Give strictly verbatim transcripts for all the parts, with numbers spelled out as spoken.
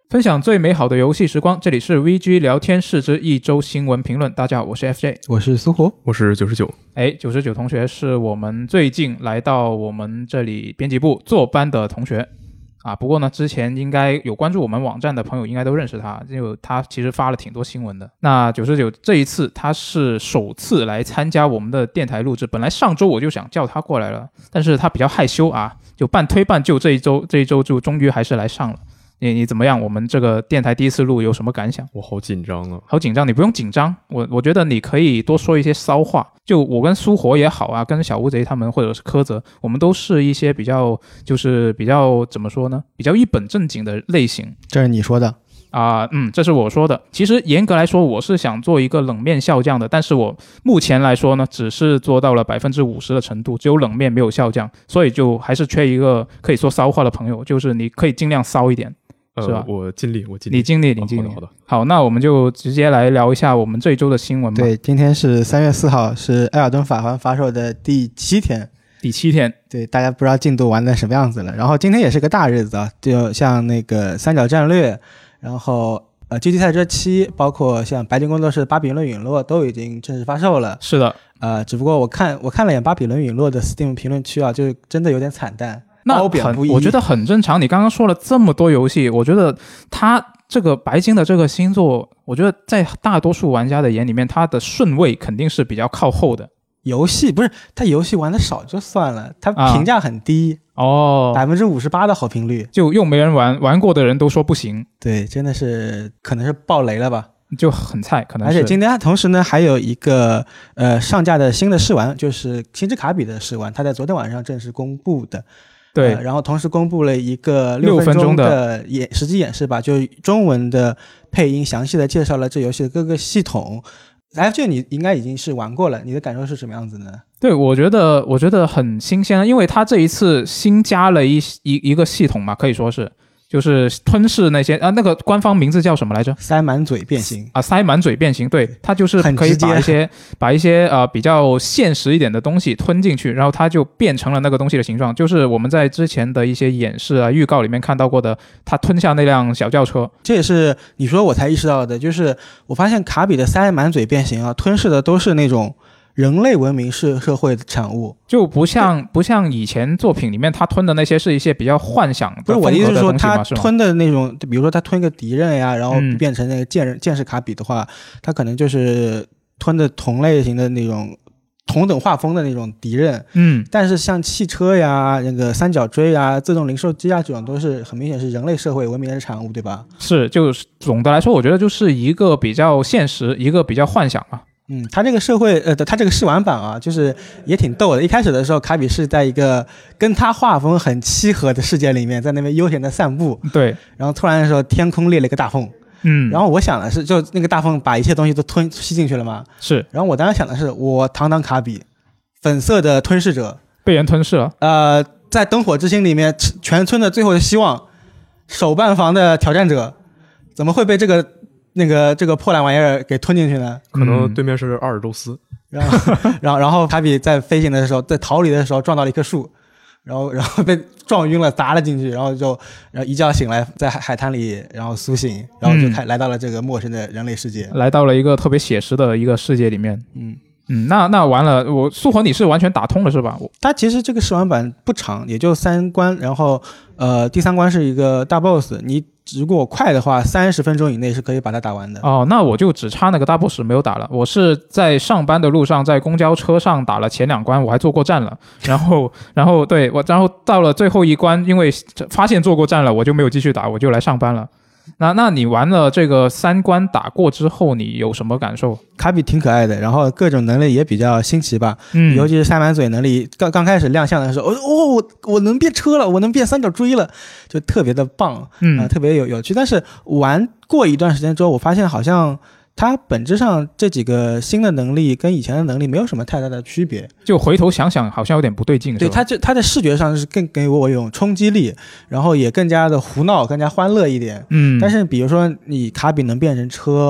分享最美好的游戏时光，这里是 V G 聊天室之一周新闻评论。大家好，我是 F J， 我是苏活， 我是九十九。 哎，九十九同学是我们最近来到我们这里编辑部坐班的同学啊。不过呢，之前应该有关注我们网站的朋友应该都认识他，因为他其实发了挺多新闻的。那九十九这一次他是首次来参加我们的电台录制，本来上周我就想叫他过来了，但是他比较害羞啊，就半推半就，这一周这一周就终于还是来上了。你你怎么样？我们这个电台第一次录有什么感想？ 我好紧张啊！ 好紧张，你不用紧张，我我觉得你可以多说一些骚话。就我跟苏活也好啊，跟小乌贼他们或者是柯泽，我们都是一些比较就是比较怎么说呢？比较一本正经的类型。 这是你说的啊、呃，嗯，这是我说的。其实严格来说，我是想做一个冷面笑匠的，但是我目前来说呢，只是做到了百分之五十的程度，只有冷面没有笑匠，所以就还是缺一个可以说骚话的朋友，就是你可以尽量骚一点。 呃， 是吧？ 我尽力，我尽力， 你尽力，你尽力。 好的，好的。 好，那我们就直接来聊一下我们这一周的新闻吧。 对，今天是三月四号，是艾尔登法环发售的第七天。 第七天， 对，大家不知道进度玩的什么样子了。然后今天也是个大日子啊，就像那个三角战略，然后呃 G T 赛车七，包括像白金工作室巴比伦陨落都已经正式发售了。 是的， 呃，只不过我看我看了眼巴比伦陨落的 Steam 评论区啊，就真的有点惨淡。 那很，我觉得很正常。你刚刚说了这么多游戏，我觉得他这个白金的这个新作，我觉得在大多数玩家的眼里面，他的顺位肯定是比较靠后的。 游戏不是他游戏玩的少就算了，他评价很低、 啊、哦， 百分之五十八的好评率， 就又没人玩，玩过的人都说不行。 对，真的是可能是爆雷了吧。 就很菜，可能是。 而且今天同时呢，还有一个呃上架的新的试玩，就是星之卡比的试玩，它在昨天晚上正式公布的。 对、 呃，然后同时公布了一个六分钟的演实际演示吧，就中文的配音，详细的介绍了这游戏的各个系统。F J 你应该已经是玩过了，你的感受是什么样子呢？ 对，我觉得我觉得很新鲜，因为它这一次新加了一一一个系统嘛，可以说是。就是吞噬那些啊，那个官方名字叫什么来着？ 塞满嘴变形啊，塞满嘴变形，对，它就是可以把一些把一些呃比较现实一点的东西吞进去，然后它就变成了那个东西的形状。就是我们在之前的一些演示啊、预告里面看到过的，它吞下那辆小轿车。 这也是你说我才意识到的，就是我发现卡比的塞满嘴变形啊，吞噬的都是那种人类文明是社会的产物， 就不像不像以前作品里面他吞的那些是一些比较幻想的。 不是我的意思是说，他是吞的那种，比如说他吞个敌人呀，然后变成那个剑人、嗯、剑士卡比的话，他可能就是吞的同类型的那种同等画风的那种敌人。 嗯， 但是像汽车呀、那个三角锥呀、自动零售机啊，这种都是很明显是人类社会文明的产物，对吧？ 是，就是总的来说，我觉得就是一个比较现实，一个比较幻想啊。 嗯，他这个社会，呃，他这个试玩版啊，就是也挺逗的。一开始的时候，卡比是在一个跟他画风很契合的世界里面，在那边悠闲的散步。 对。 然后突然的时候，天空裂了一个大缝。 嗯。 然后我想的是，就那个大缝把一切东西都吞吸进去了嘛。 是。 然后我当时想的是，我堂堂卡比，粉色的吞噬者， 被人吞噬了。 呃，在灯火之星里面，全村的最后的希望，守办房的挑战者，怎么会被这个？那个这个破烂玩意儿给吞进去呢？ 可能对面是阿尔宙斯。 然后，然后，然后卡比在飞行的时候，在逃离的时候撞到了一棵树，然后，然后被撞晕了，砸了进去，然后就，然后一觉醒来，在海海滩里，然后苏醒，然后就开、嗯、来到了这个陌生的人类世界， 来到了一个特别写实的一个世界里面。 嗯嗯，那那完了，我苏活你是完全打通了是吧？ 它其实这个试玩版不长，也就三关，然后呃，第三关是一个大 boss， 你。如果快的话，三十分钟以内是可以把它打完的。 哦，那我就只差那个大 boss 没有打了。我是在上班的路上，在公交车上打了前两关，我还坐过站了。然后，然后对我，然后到了最后一关，因为发现坐过站了，我就没有继续打，我就来上班了。那那你玩了这个三关打过之后，你有什么感受？ 卡比挺可爱的，然后各种能力也比较新奇吧。 嗯， 尤其是塞满嘴能力，刚刚开始亮相的时候，哦，我我能变车了，我能变三角锥了，就特别的棒， 嗯、 呃，特别有有趣。但是玩过一段时间之后，我发现好像它本质上这几个新的能力跟以前的能力没有什么太大的区别。 就回头想想，好像有点不对劲。 对，它这它的视觉上是更给我一种冲击力，然后也更加的胡闹，更加欢乐一点。 嗯， 但是比如说你卡比能变成车。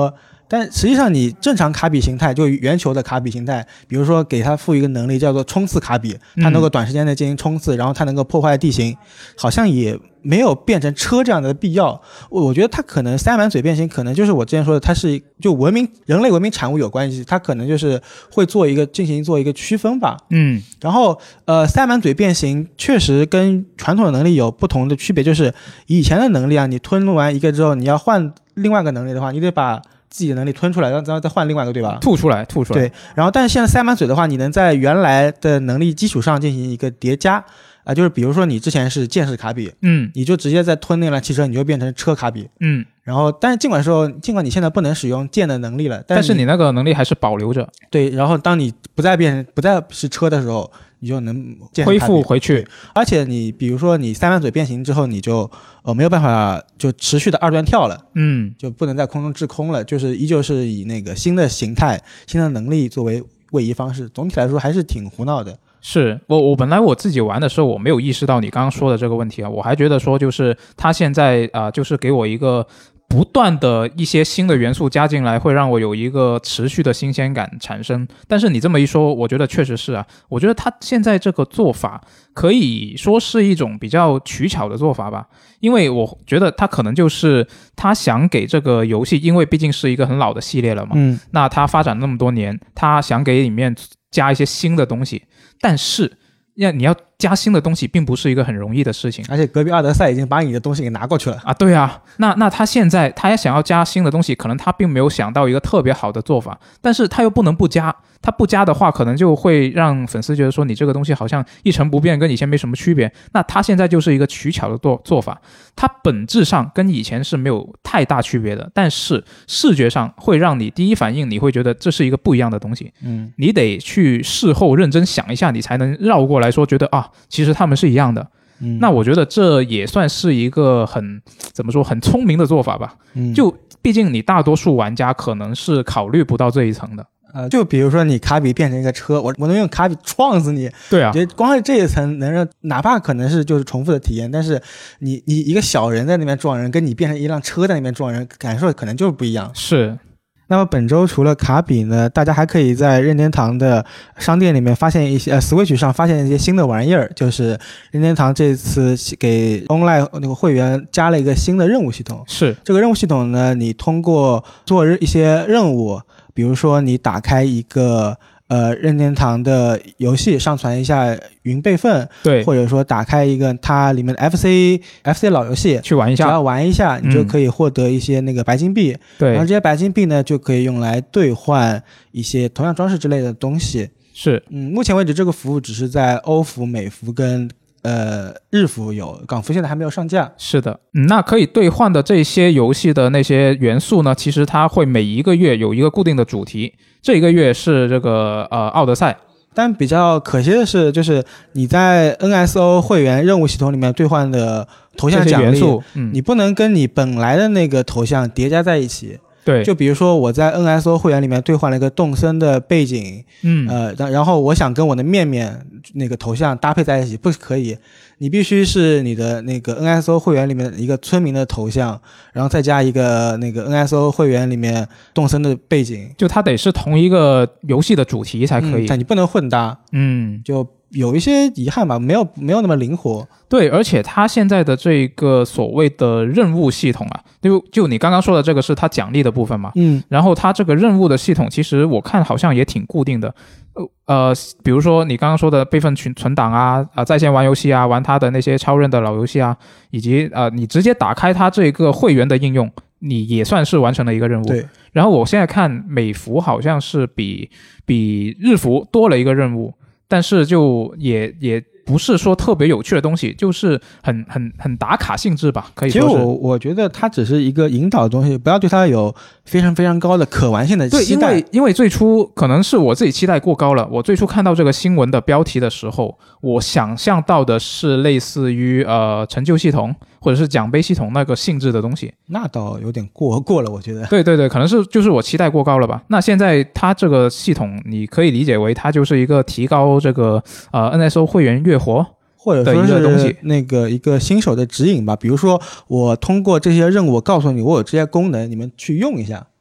但实际上你正常卡比形态，就圆球的卡比形态，比如说给它赋予一个能力叫做冲刺卡比，它能够短时间内进行冲刺，然后它能够破坏地形，好像也没有变成车这样的必要。我觉得它可能塞满嘴变形，可能就是我之前说的，它是就文明人类文明产物有关系，它可能就是会做一个进行做一个区分吧。 嗯， 然后呃，塞满嘴变形确实跟传统的能力有不同的区别，就是以前的能力啊，你吞完一个之后，你要换另外一个能力的话，你得把自己的能力吞出来，然后再换另外一个，对吧？ 吐出来，吐出来。 对，然后但是现在塞满嘴的话，你能在原来的能力基础上进行一个叠加啊、呃，就是比如说你之前是剑士卡比， 嗯， 你就直接再吞那辆汽车，你就变成车卡比， 嗯， 然后但是尽管说，尽管你现在不能使用剑的能力了，但是你, 但是你那个能力还是保留着。 对，然后当你不再变不再是车的时候，你就能恢复回去。 而且你比如说你塞满嘴变形之后，你就呃没有办法就持续的二段跳了， 嗯， 就不能在空中滞空了，就是依旧是以那个新的形态、新的能力作为位移方式。总体来说还是挺胡闹的。 是我我本来我自己玩的时候我没有意识到你刚刚说的这个问题啊，我还觉得说就是他现在啊、呃、就是给我一个不断的一些新的元素加进来，会让我有一个持续的新鲜感产生。但是你这么一说，我觉得确实是啊，我觉得他现在这个做法可以说是一种比较取巧的做法吧，因为我觉得他可能就是他想给这个游戏，因为毕竟是一个很老的系列了嘛， 嗯， 那他发展那么多年，他想给里面加一些新的东西，但是要你要加新的东西并不是一个很容易的事情， 而且隔壁阿德赛已经把你的东西给拿过去了啊。对啊，那那他现在他也想要加新的东西，可能他并没有想到一个特别好的做法，但是他又不能不加，他不加的话可能就会让粉丝觉得说你这个东西好像一成不变，跟以前没什么区别。那他现在就是一个取巧的做做法，他本质上跟以前是没有太大区别的，但是视觉上会让你第一反应你会觉得这是一个不一样的东西， 嗯， 你得去事后认真想一下，你才能绕过来说觉得啊，其实他们是一样的。 嗯， 那我觉得这也算是一个很怎么说很聪明的做法吧。 嗯， 就毕竟你大多数玩家可能是考虑不到这一层的。 呃，就比如说你卡比变成一个车，我我能用卡比撞死你。 对啊， 我觉得光是这一层能让，哪怕可能是就是重复的体验，但是你你一个小人在那边撞人，跟你变成一辆车在那边撞人，感受可能就是不一样。 是。 那么本周除了卡比呢，大家还可以在任天堂的商店里面发现一些呃 Switch 上发现一些新的玩意儿，就是任天堂这次给 Online 那个会员加了一个新的任务系统。 是， 这个任务系统呢，你通过做一些任务，比如说你打开一个呃任天堂的游戏，上传一下云备份， 对， 或者说打开一个它里面的 F C F C 老游戏去玩一下， 只要玩一下，你就可以获得一些那个白金币。 对、嗯， 然后这些白金币呢，就可以用来兑换一些头像装饰之类的东西。 是， 嗯，目前为止这个服务只是在欧服、美服跟呃日服有，港服现在还没有上架。 是的，嗯，那可以兑换的这些游戏的那些元素呢，其实它会每一个月有一个固定的主题，这一个月是这个呃奥德赛。 但比较可惜的是，就是你在 N S O 会员任务系统里面兑换的头像奖励元素、嗯， 你不能跟你本来的那个头像叠加在一起。 对， 就比如说我在 N S O 会员里面兑换了一个动森的背景， 嗯， 呃，然后我想跟我的面面那个头像搭配在一起，不可以，你必须是你的那个 N S O 会员里面的一个村民的头像，然后再加一个那个 N S O 会员里面动森的背景， 就它得是同一个游戏的主题才可以， 嗯、但你不能混搭， 嗯， 就有一些遗憾吧，没有没有那么灵活。 对，而且它现在的这个所谓的任务系统啊，就就你刚刚说的这个是它奖励的部分嘛， 嗯， 然后它这个任务的系统其实我看好像也挺固定的，呃，比如说你刚刚说的备份群存档啊，啊、呃，在线玩游戏啊，玩它的那些超任的老游戏啊，以及呃，你直接打开它这个会员的应用，你也算是完成了一个任务。 对。 然后我现在看美服好像是比比日服多了一个任务，但是就也也不是说特别有趣的东西，就是很很很打卡性质吧，可以说是。 其实我我觉得它只是一个引导的东西，不要对它有非常非常高的可玩性的期待。 对，因为因为最初可能是我自己期待过高了。我最初看到这个新闻的标题的时候，我想象到的是类似于呃成就系统或者是奖杯系统那个性质的东西。 那倒有点过过了，我觉得。 对对对，可能是就是我期待过高了吧。那现在它这个系统，你可以理解为它就是一个提高这个呃 N S O 会员月活。 或者说是那个一个新手的指引吧，比如说我通过这些任务，我告诉你我有这些功能，你们去用一下。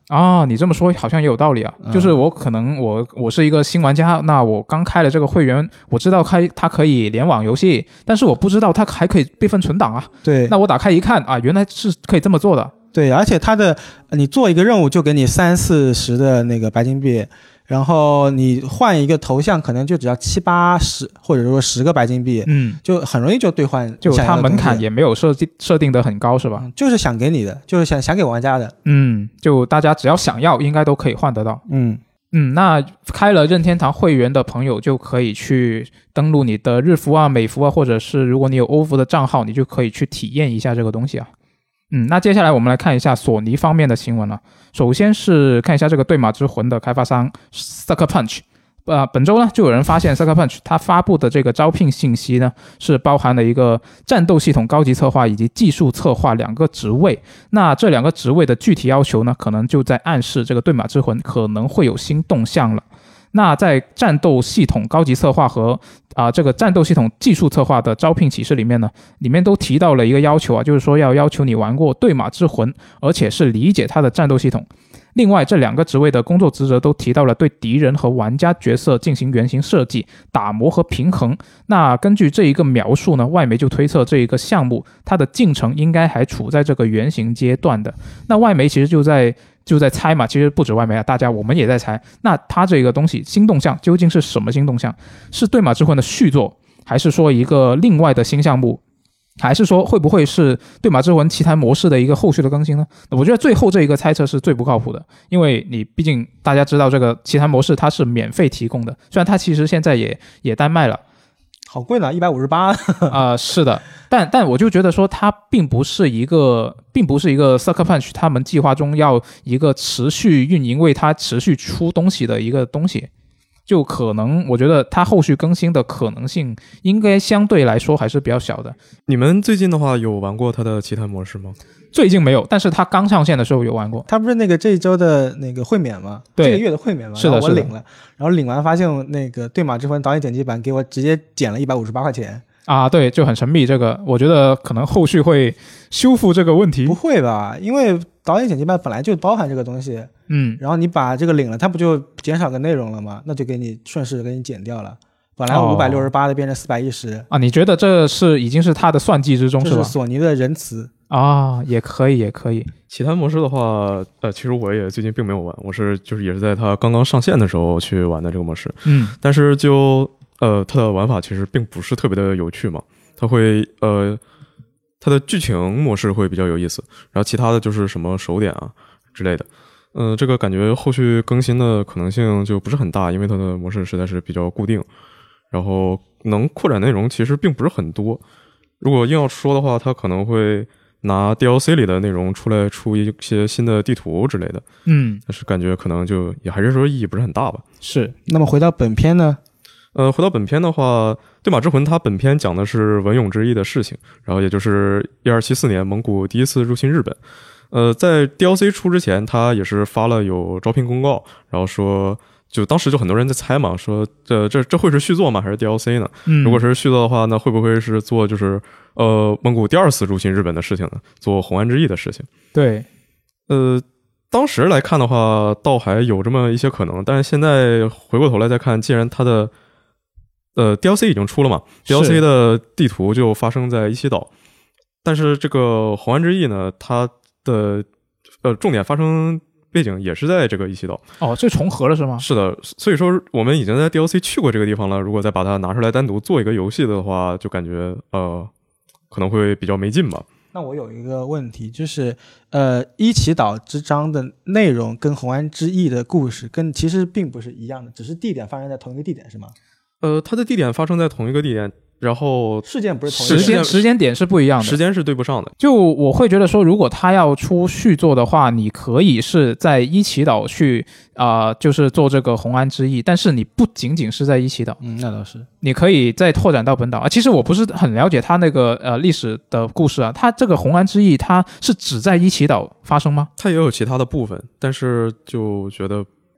啊，你这么说好像也有道理啊。 嗯、 就是我可能我我是一个新玩家，那我刚开了这个会员，我知道开它可以联网游戏，但是我不知道它还可以备份存档啊。 对， 那我打开一看啊，原来是可以这么做的。 对，而且它的你做一个任务就给你三四十的那个白金币，然后你换一个头像可能就只要七八十或者说十个白金币， 嗯， 就很容易就兑换。 就它门槛也没有设定设定的很高，是吧、 嗯？就是想给你的，就是想想给玩家的。 嗯，就大家只要想要，应该都可以换得到。 嗯嗯，那开了任天堂会员的朋友就可以去登录你的日服啊、美服啊，或者是如果你有欧服的账号，你就可以去体验一下这个东西啊。嗯，那接下来我们来看一下索尼方面的新闻了、啊。首先是看一下这个对马之魂的开发商 Sucker Punch， 呃，本周呢就有人发现 Sucker Punch 他发布的这个招聘信息呢是包含了一个战斗系统高级策划以及技术策划两个职位。那这两个职位的具体要求呢，可能就在暗示这个对马之魂可能会有新动向了。那在战斗系统高级策划和啊、呃、这个战斗系统技术策划的招聘启事里面呢，里面都提到了一个要求啊，就是说要要求你玩过对马之魂，而且是理解它的战斗系统。另外，这两个职位的工作职责都提到了对敌人和玩家角色进行原型设计、打磨和平衡。那根据这一个描述呢，外媒就推测这一个项目它的进程应该还处在这个原型阶段的。那外媒其实就在就在猜嘛，其实不止外媒啊，大家我们也在猜。那它这个东西新动向究竟是什么新动向？是对马之魂的续作，还是说一个另外的新项目？还是说会不会是对马之魂奇谭模式的一个后续的更新呢？我觉得最后这一个猜测是最不靠谱的，因为你毕竟大家知道这个奇谭模式它是免费提供的，虽然它其实现在也也单卖了， 好贵呢，一百五十八。 啊，是的，但但我就觉得说它并不是一个，并不是一个 Sucker Punch 他们计划中要一个持续运营、为它持续出东西的一个东西。就可能我觉得它后续更新的可能性应该相对来说还是比较小的。 你们最近的话有玩过它的奇谭模式吗？ 最近没有，但是它刚上线的时候有玩过。 它不是那个这一周的那个会免吗？ 对， 这个月的会免吗？ 是的， 然后我领了，然后领完发现那个对马之魂导演剪辑版给我直接减了一百五十八块钱啊，对，就很神秘。这个我觉得可能后续会修复这个问题。 不会吧？因为导演剪辑版本来就包含这个东西。 嗯， 然后你把这个领了，它不就减少个内容了吗？那就给你顺势给你减掉了。本来五百六十八的变成四百一十啊，你觉得这是已经是它的算计之中是吧？ 这是索尼的仁慈啊，也可以，也可以。 奇谭模式的话，呃，其实我也最近并没有玩，我是就是也是在它刚刚上线的时候去玩的这个模式。 嗯， 但是就呃，它的玩法其实并不是特别的有趣嘛，它会呃，它的剧情模式会比较有意思，然后其他的就是什么手点啊之类的。嗯、呃，这个感觉后续更新的可能性就不是很大，因为它的模式实在是比较固定，然后能扩展内容其实并不是很多。如果硬要说的话，它可能会拿 D L C 里的内容出来出一些新的地图之类的。 嗯， 但是感觉可能就也还是说意义不是很大吧。 是。 那么回到本片呢？ 呃，回到本片的话，对马之魂它本片讲的是文勇之役的事情，然后也就是一二七四年蒙古第一次入侵日本。呃，在 D L C 出之前，他也是发了有招聘公告，然后说，就当时就很多人在猜嘛，说这这这会是续作吗？还是 D L C 呢？ 嗯， 如果是续作的话，那会不会是做就是呃蒙古第二次入侵日本的事情呢？做红安之役的事情？ 对， 呃，当时来看的话，倒还有这么一些可能，但是现在回过头来再看，既然它的呃 D L C 已经出了嘛 ，D L C 的地图就发生在伊西岛，但是这个红安之役呢，它的呃重点发生背景也是在这个伊西岛。 哦，这重合了是吗？ 是的，所以说我们已经在 D L C 去过这个地方了，如果再把它拿出来单独做一个游戏的话，就感觉呃可能会比较没劲吧。 那我有一个问题，就是呃伊奇岛之章的内容跟红安之役的故事跟其实并不是一样的，只是地点发生在同一个地点是吗？ 呃，它的地点发生在同一个地点，然后事件不是同一个时间时间点是不一样的， 时间是对不上的。 就我会觉得说，如果他要出续作的话，你可以是在伊奇岛去啊、呃，就是做这个红安之役，但是你不仅仅是在伊奇岛， 嗯，那倒是， 你可以再拓展到本岛啊。其实我不是很了解他那个呃历史的故事啊，他这个红安之役，它是只在伊奇岛发生吗？ 它也有其他的部分，但是就觉得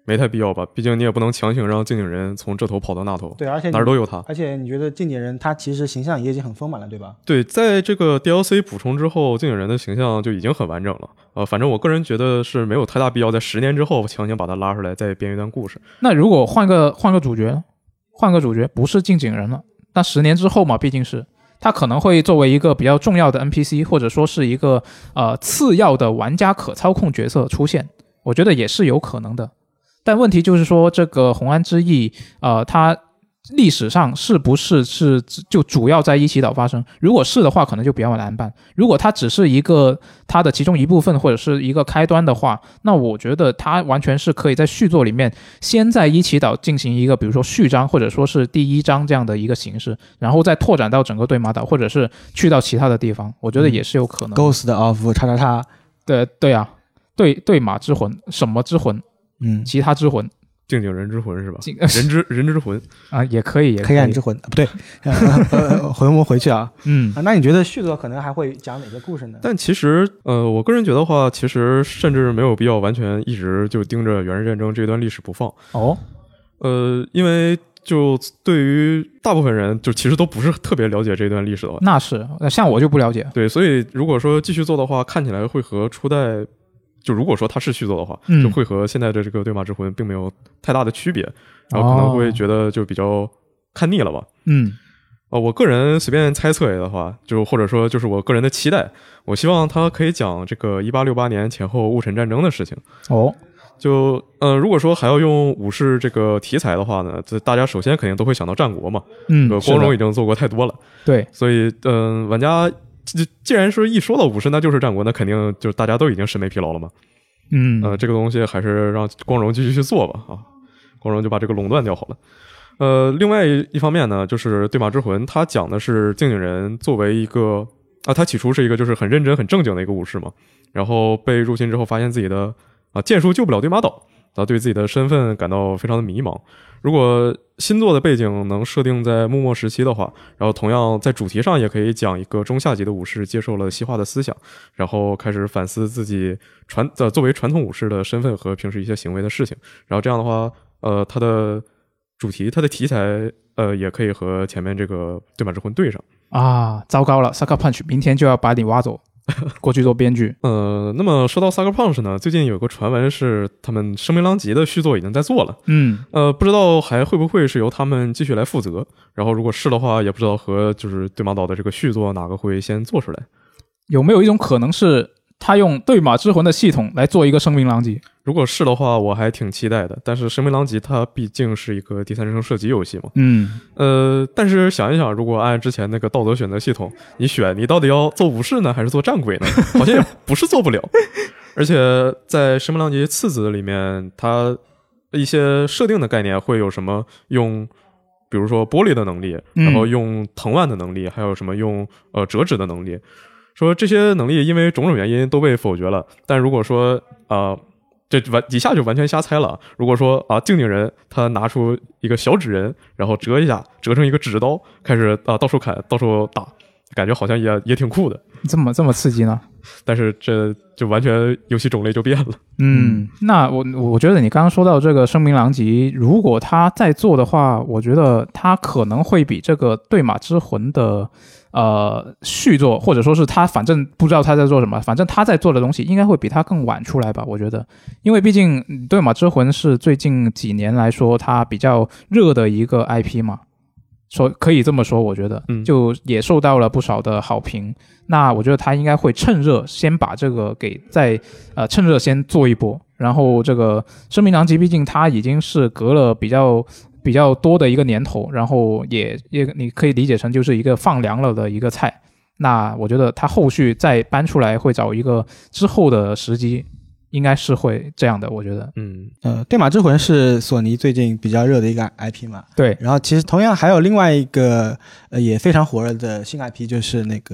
没太必要吧，毕竟你也不能强行让静景人从这头跑到那头， 对，而且哪儿都有他。 而且你觉得静景人他其实形象也已经很丰满了，对吧？ 对，在这个 D L C 补充之后，静景人的形象就已经很完整了。呃，反正我个人觉得是没有太大必要在十年之后强行把他拉出来再编一段故事。 那如果换个换个主角，换个主角不是静景人了，那十年之后嘛，毕竟是他可能会作为一个比较重要的 N P C， 或者说是一个呃次要的玩家可操控角色出现，我觉得也是有可能的。但问题就是说，这个红安之役，呃，它历史上是不是是就主要在一起岛发生？如果是的话，可能就比较难办；如果它只是一个它的其中一部分或者是一个开端的话，那我觉得它完全是可以在续作里面先在一起岛进行一个，比如说序章或者说是第一章这样的一个形式，然后再拓展到整个对马岛，或者是去到其他的地方，我觉得也是有可能。 Ghost of 叉叉叉， 对对啊，对对马之魂，什么之魂？ 嗯， 其他之魂， 静景人之魂是吧？人之人之魂啊，也可以，也可以黑暗之魂，不对，呃呃、回我回去啊。 嗯、 啊，那你觉得续作可能还会讲哪个故事呢？ 但其实，呃，我个人觉得话，其实甚至没有必要完全一直就盯着元日战争这段历史不放。 哦， 呃，因为就对于大部分人，就其实都不是特别了解这段历史的话， 那是像我就不了解。 对，所以如果说继续做的话，看起来会和初代。就如果说它是续作的话、 嗯， 就会和现在的这个对马之魂并没有太大的区别，然后可能会觉得就比较看腻了吧。 嗯， 呃，我个人随便猜测的话，就或者说就是我个人的期待，我希望它可以讲这个一八六八年前后雾尘战争的事情。 哦， 就呃，如果说还要用武士这个题材的话呢，这大家首先肯定都会想到战国嘛。 嗯， 这个光荣已经做过太多了。 对， 所以嗯、呃，玩家。既然是一说到武士那就是战国，那肯定就大家都已经审美疲劳了嘛。 嗯， 呃，这个东西还是让光荣继续去做吧啊，光荣就把这个垄断掉好了。呃，另外一方面呢，就是对马之魂，它讲的是静景人作为一个啊，他起初是一个就是很认真很正经的一个武士嘛，然后被入侵之后发现自己的啊剑术救不了对马岛，他对自己的身份感到非常的迷茫。如果新作的背景能设定在幕末时期的话，然后同样在主题上也可以讲一个中下级的武士接受了西化的思想，然后开始反思自己传呃作为传统武士的身份和平时一些行为的事情，然后这样的话，呃，它的主题它的题材呃也可以和前面这个对马之魂对上啊。糟糕了 Sucker Punch 明天就要把你挖走过去做编剧。 呃，那么说到 Sucker Punch 呢，最近有个传闻是他们声名狼藉的续作已经在做了。 嗯， 呃，不知道还会不会是由他们继续来负责。然后如果是的话，也不知道和就是对马岛的这个续作哪个会先做出来。 有没有一种可能是他用对马之魂的系统来做一个声名狼藉？ 如果是的话，我还挺期待的。但是声名狼藉它毕竟是一个第三人称射击游戏嘛。 嗯， 呃，但是想一想，如果按之前那个道德选择系统，你选你到底要做武士呢，还是做战鬼呢？好像也不是做不了。而且在声名狼藉次子里面，它一些设定的概念会有什么用，比如说玻璃的能力，然后用藤蔓的能力，还有什么用呃折纸的能力。说这些能力因为种种原因都被否决了，但如果说啊、呃，这完以下就完全瞎猜了。如果说啊，静景人他拿出一个小纸人，然后折一下，折成一个纸刀，开始啊到处砍，到处打，感觉好像也也挺酷的。 这么这么刺激呢？ 但是这就完全游戏种类就变了。 嗯，那我我觉得你刚刚说到这个声名狼藉，如果他在做的话，我觉得他可能会比这个对马之魂的呃续作，或者说是他反正不知道他在做什么，反正他在做的东西应该会比他更晚出来吧，我觉得。因为毕竟对马之魂是最近几年来说它比较热的一个 I P 嘛，说可以这么说，我觉得就也受到了不少的好评。那我觉得他应该会趁热先把这个给再呃趁热先做一波，然后这个声名狼藉毕竟它已经是隔了比较比较多的一个年头，然后也也你可以理解成就是一个放凉了的一个菜。那我觉得他后续再搬出来会找一个之后的时机，应该是会这样的，我觉得。 嗯， 呃，对马之魂是索尼最近比较热的一个 I P 嘛。 对。 然后其实同样还有另外一个呃也非常火热的新 I P， 就是那个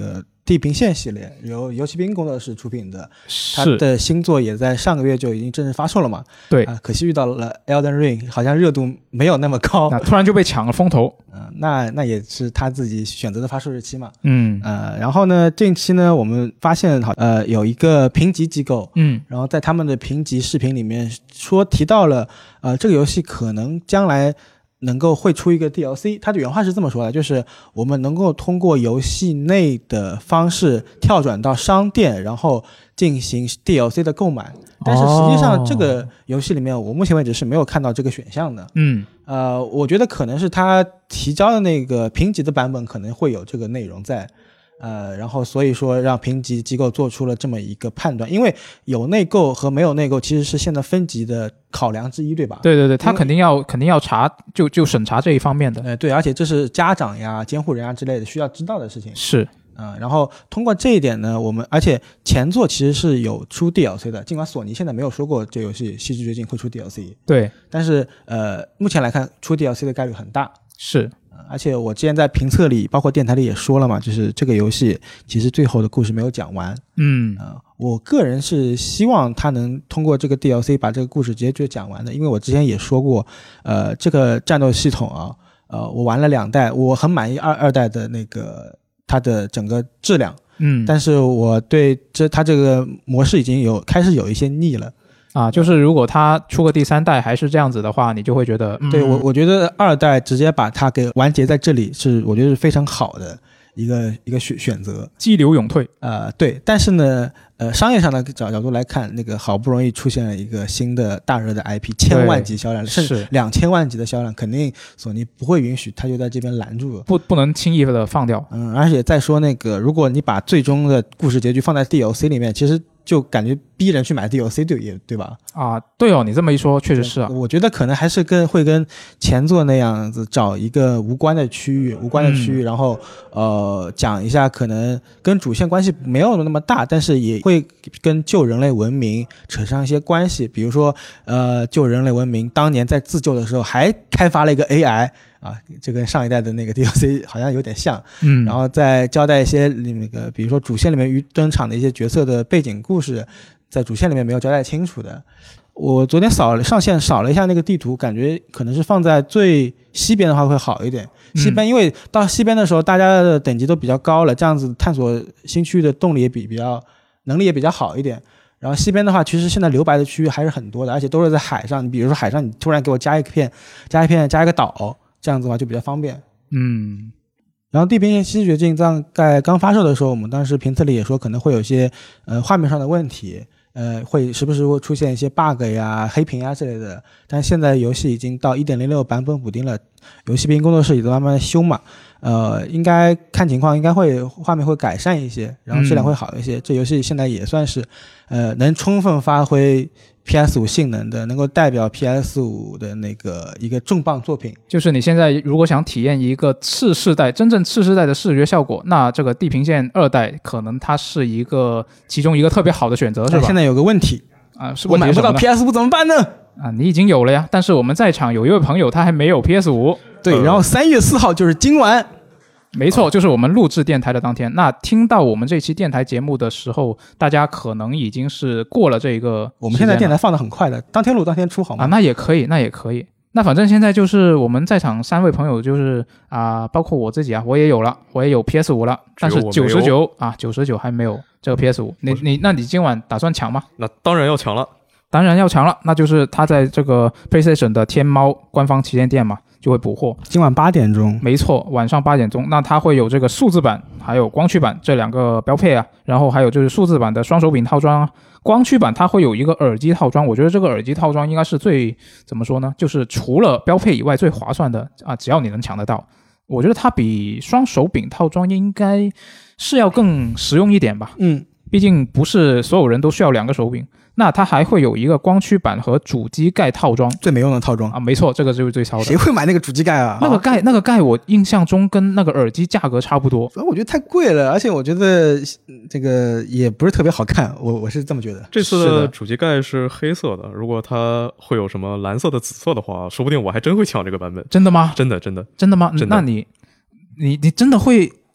地平线系列，由游戏兵工作室出品的，它是的新作也在上个月就已经正式发售了嘛。 对、 啊，可惜遇到了 Elden Ring， 好像热度没有那么高， 那突然就被抢了风头。 嗯、呃，那那也是他自己选择的发售日期嘛。 嗯呃，然后呢，近期呢，我们发现好呃有一个评级机构， 嗯， 然后在他们的评级视频里面说提到了，呃，这个游戏可能将来能够会出一个 D L C， 他的原话是这么说的，就是我们能够通过游戏内的方式跳转到商店，然后进行 D L C 的购买。但是实际上这个游戏里面，我目前为止是没有看到这个选项的。 嗯， 呃，我觉得可能是他提交的那个评级的版本可能会有这个内容在。呃，然后所以说让评级机构做出了这么一个判断，因为有内购和没有内购其实是现在分级的考量之一，对吧？ 对对对，他肯定要肯定要查，就就审查这一方面的。 呃，对，而且这是家长呀、监护人啊之类的需要知道的事情。 是， 嗯、呃，然后通过这一点呢，我们而且前作其实是有出 D L C 的，尽管索尼现在没有说过这游戏《西之绝境》会出 D L C， 对， 但是呃，目前来看出 D L C 的概率很大。 是。 而且我之前在评测里，包括电台里也说了嘛，就是这个游戏其实最后的故事没有讲完。 嗯， 呃，我个人是希望他能通过这个 D L C 把这个故事直接就讲完的，因为我之前也说过，呃，这个战斗系统啊，呃，我玩了两代，我很满意二二代的那个它的整个质量， 嗯， 但是我对这它这个模式已经有开始有一些腻了。 啊，就是如果它出个第三代还是这样子的话，你就会觉得，嗯、 对我我觉得二代直接把它给完结在这里是我觉得是非常好的一个一个选选择， 激流勇退。 呃，对，但是呢，呃，商业上的角角度来看，那个好不容易出现了一个新的大热的 I P， 千万级销量，甚至两千万级的销量，肯定索尼不会允许他就在这边拦住了， 不不能轻易的放掉。 嗯，而且再说那个，如果你把最终的故事结局放在 D L C 里面，其实就感觉逼人去买 D L C， 对也对吧？ 啊，对哦，你这么一说，确实是啊。 我觉得可能还是跟会跟前作那样子，找一个无关的区域，无关的区域，嗯、然后呃讲一下可能跟主线关系没有那么大，但是也会跟旧人类文明扯上一些关系。比如说呃，旧人类文明当年在自救的时候还开发了一个 A I。啊，这跟上一代的那个 D L C 好像有点像， 嗯， 然后再交代一些那个，比如说主线里面登场的一些角色的背景故事，在主线里面没有交代清楚的。我昨天扫了上线扫了一下那个地图，感觉可能是放在最西边的话会好一点。西边因为到西边的时候，大家的等级都比较高了，这样子探索新区域的动力也比比较能力也比较好一点。然后西边的话，其实现在留白的区域还是很多的，而且都是在海上。你比如说海上，你突然给我加一片、加一片、加一个岛。这样子的话就比较方便。 嗯， 然后地平线西之绝境在刚发售的时候，我们当时评测里也说可能会有些呃画面上的问题，呃会时不时会出现一些 bug 呀、黑屏呀之类的。但现在游戏已经到 一点零六 版本补丁了，游戏兵工作室也在慢慢的修嘛，呃应该看情况应该会画面会改善一些，然后质量会好一些。嗯、这游戏现在也算是呃能充分发挥P S 五 性能的，能够代表 P S 五 的那个一个重磅作品。 就是你现在如果想体验一个次世代真正次世代的视觉效果，那这个地平线二代可能它是一个其中一个特别好的选择，是吧？ 现在有个问题啊，是我买不到 P S 五 怎么办呢？ 啊，你已经有了呀，但是我们在场有一位朋友他还没有 P S 五。 对，呃、然后三月四号就是今晚。 没错，就是我们录制电台的当天。那听到我们这期电台节目的时候，大家可能已经是过了这个。 我们现在电台放得很快的，当天录当天出，好吗？ 啊，那也可以，那也可以。那反正现在就是我们在场三位朋友，就是啊、呃，包括我自己啊，我也有了，我也有 P S 五 了，但是九十九啊，九十九还没有这个 P S 五。你你，那你今晚打算抢吗？ 那当然要抢了， 当然要抢了。那就是他在这个 PlayStation 的天猫官方旗舰店嘛。就会补货， 今晚八点钟， 没错，晚上八点钟，那它会有这个数字版还有光驱版这两个标配啊，然后还有就是数字版的双手柄套装啊，光驱版它会有一个耳机套装，我觉得这个耳机套装应该是最怎么说呢，就是除了标配以外最划算的啊，只要你能抢得到，我觉得它比双手柄套装应该是要更实用一点吧， 嗯， 毕竟不是所有人都需要两个手柄。那它还会有一个光驱版和主机盖套装， 最没用的套装啊，没错，这个就是最骚的。 谁会买那个主机盖啊？ 那个盖，那个盖，我印象中跟那个耳机价格差不多。 所以我觉得太贵了，而且我觉得这个也不是特别好看，我我是这么觉得。 这次的主机盖是黑色的，如果它会有什么蓝色的、紫色的话，说不定我还真会抢这个版本。 真的吗？ 真的，真的， 真的吗？ 真的。 那你，你，你真的会？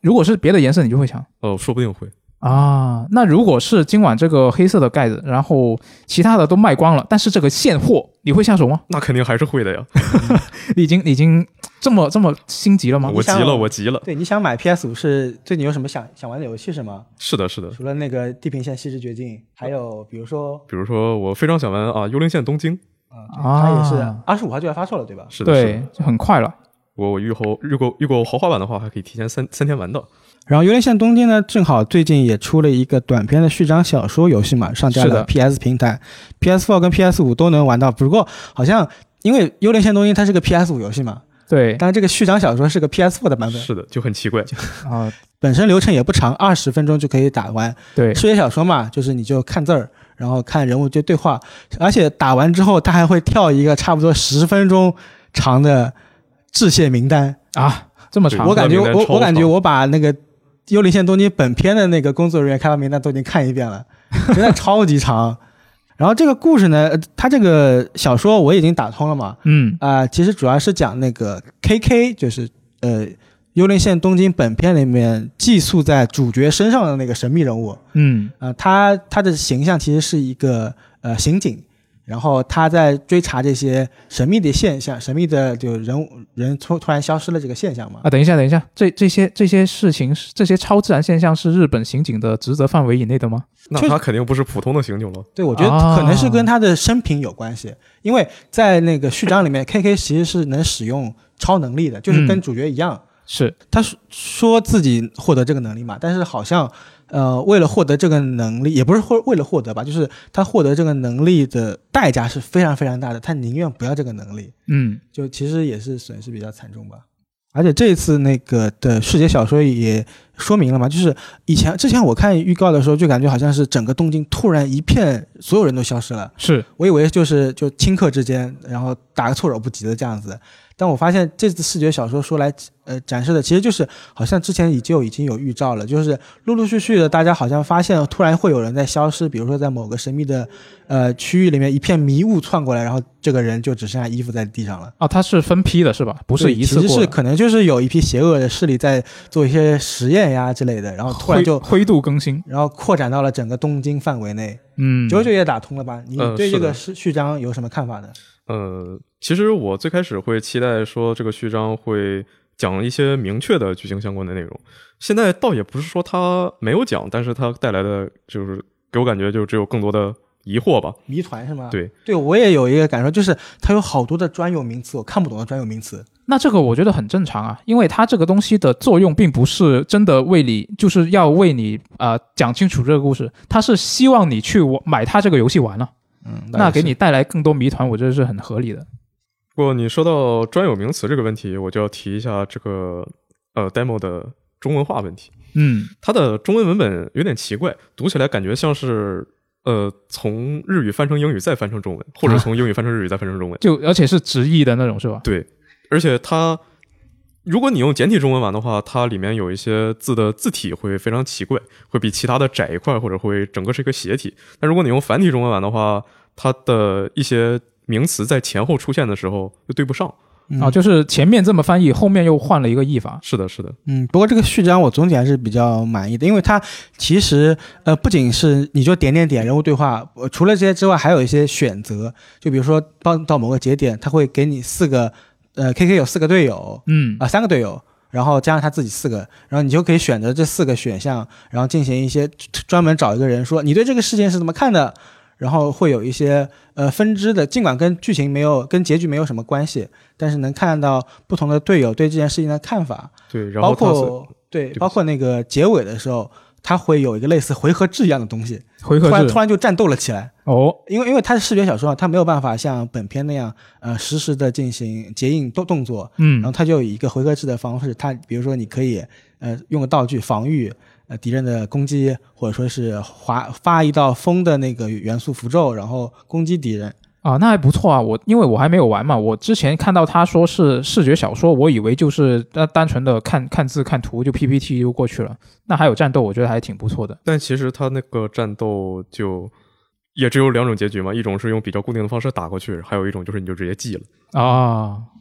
如果是别的颜色，你就会抢哦，说不定会啊。那如果是今晚这个黑色的盖子，然后其他的都卖光了，但是这个现货，你会下手吗？ 那肯定还是会的呀。 你已经已经这么这么心急了吗？ 我急了，我急了。 对，你想买 P S 五是最近有什么想想玩的游戏是吗？ 是的，是的。 除了那个《地平线：西之绝境》，还有比如说， 比如说我非常想玩啊，《幽灵线：东京》 啊，它也是二十五号就要发售了，对吧？ 是的， 对，就很快了。 我我预后预购预购豪华版的话，还可以提前三三天玩到。 然后《幽灵线：东京》呢，正好最近也出了一个短篇的序章小说游戏嘛，上架了 P S 平台 ，P S 四 跟 P S 五都能玩到。不过好像因为《幽灵线：东京》它是个 P S 五游戏嘛， 对， 但是这个序章小说是个 P S 四 的版本， 是的，就很奇怪啊。 本身流程也不长，二十分钟就可以打完。 对， 视觉小说嘛，就是你就看字儿，然后看人物就对话，而且打完之后，它还会跳一个差不多十分钟长的致谢名单啊，这么长。 我感觉我我感觉我把那个《幽灵线：东京》本片的那个工作人员开发名单都已经看一遍了，真的超级长。然后这个故事呢，它这个小说我已经打通了嘛， 嗯啊、呃，其实主要是讲那个 K K， 就是呃。幽灵线东京本片里面寄宿在主角身上的那个神秘人物， 嗯， 呃，他他的形象其实是一个呃刑警，然后他在追查这些神秘的现象，神秘的就人物人突突然消失了这个现象嘛。 啊，等一下，等一下，这这些这些事情，这些超自然现象是日本刑警的职责范围以内的吗？ 那他肯定不是普通的刑警了。 对，我觉得可能是跟他的生平有关系，啊、因为在那个序章里面 ，K K 其实是能使用超能力的，就是跟主角一样。 嗯是他说自己获得这个能力嘛，但是好像呃为了获得这个能力，也不是为了获得吧，就是他获得这个能力的代价是非常非常大的，他宁愿不要这个能力。 嗯， 就其实也是损失比较惨重吧。而且这一次那个的视觉小说也说明了嘛，就是以前之前我看预告的时候就感觉好像是整个东京突然一片所有人都消失了， 是我以为就是就顷刻之间然后打个措手不及的这样子，但我发现这次视觉小说说来呃展示的其实就是好像之前已就已经有预兆了，就是陆陆续续的大家好像发现突然会有人在消失，比如说在某个神秘的呃区域里面一片迷雾窜过来，然后这个人就只剩下衣服在地上了。 哦，它是分批的是吧？不是一次过的。 其实是可能就是有一批邪恶的势力在做一些实验呀之类的，然后突然就灰度更新， 然后扩展到了整个东京范围内。 嗯， 九九也打通了吧？你对这个呃、 序章有什么看法呢？ 呃，其实我最开始会期待说这个序章会讲一些明确的剧情相关的内容，现在倒也不是说它没有讲，但是它带来的就是给我感觉就只有更多的疑惑吧， 谜团是吗？ 对， 对我也有一个感受，就是它有好多的专有名词，我看不懂的专有名词。 那这个我觉得很正常啊，因为它这个东西的作用并不是真的为你，就是要为你呃讲清楚这个故事，它是希望你去买它这个游戏玩了。 嗯， 那给你带来更多谜团，我觉得是很合理的。 不过你说到专有名词这个问题，我就要提一下这个呃 demo 的中文化问题。 嗯， 它的中文文本有点奇怪，读起来感觉像是呃从日语翻成英语再翻成中文，或者从英语翻成日语再翻成中文， 就而且是直译的那种是吧？ 对，而且它如果你用简体中文玩的话，它里面有一些字的字体会非常奇怪，会比其他的窄一块，或者会整个是一个斜体。但如果你用繁体中文玩的话，它的一些名词在前后出现的时候又对不上。 嗯、啊，就是前面这么翻译，后面又换了一个译法。 是的，是的。 嗯，不过这个序章我总体还是比较满意的，因为它其实呃不仅是你就点点点人物对话，呃、除了这些之外，还有一些选择，就比如说到到某个节点，它会给你四个。呃 ，K K 有四个队友， 嗯啊、呃，三个队友，然后加上他自己四个，然后你就可以选择这四个选项，然后进行一些专门找一个人说你对这个事件是怎么看的，然后会有一些呃分支的，尽管跟剧情没有跟结局没有什么关系，但是能看到不同的队友对这件事情的看法。 对，然后包括对，包括那个结尾的时候，它会有一个类似回合制一样的东西， 回合制突然突然就战斗了起来。 哦， 因为因为它是视觉小说，它没有办法像本片那样，呃，实时的进行结印动动作， 嗯， 然后它就以一个回合制的方式，它比如说你可以，呃，用个道具防御，呃，敌人的攻击，或者说是划发一道风的那个元素符咒，然后攻击敌人。 啊，那还不错啊！我因为我还没有玩嘛，我之前看到他说是视觉小说，我以为就是单单纯的看看字看图就 P P T 就过去了。那还有战斗，我觉得还挺不错的。 但其实他那个战斗就也只有两种结局嘛，一种是用比较固定的方式打过去，还有一种就是你就直接记了啊。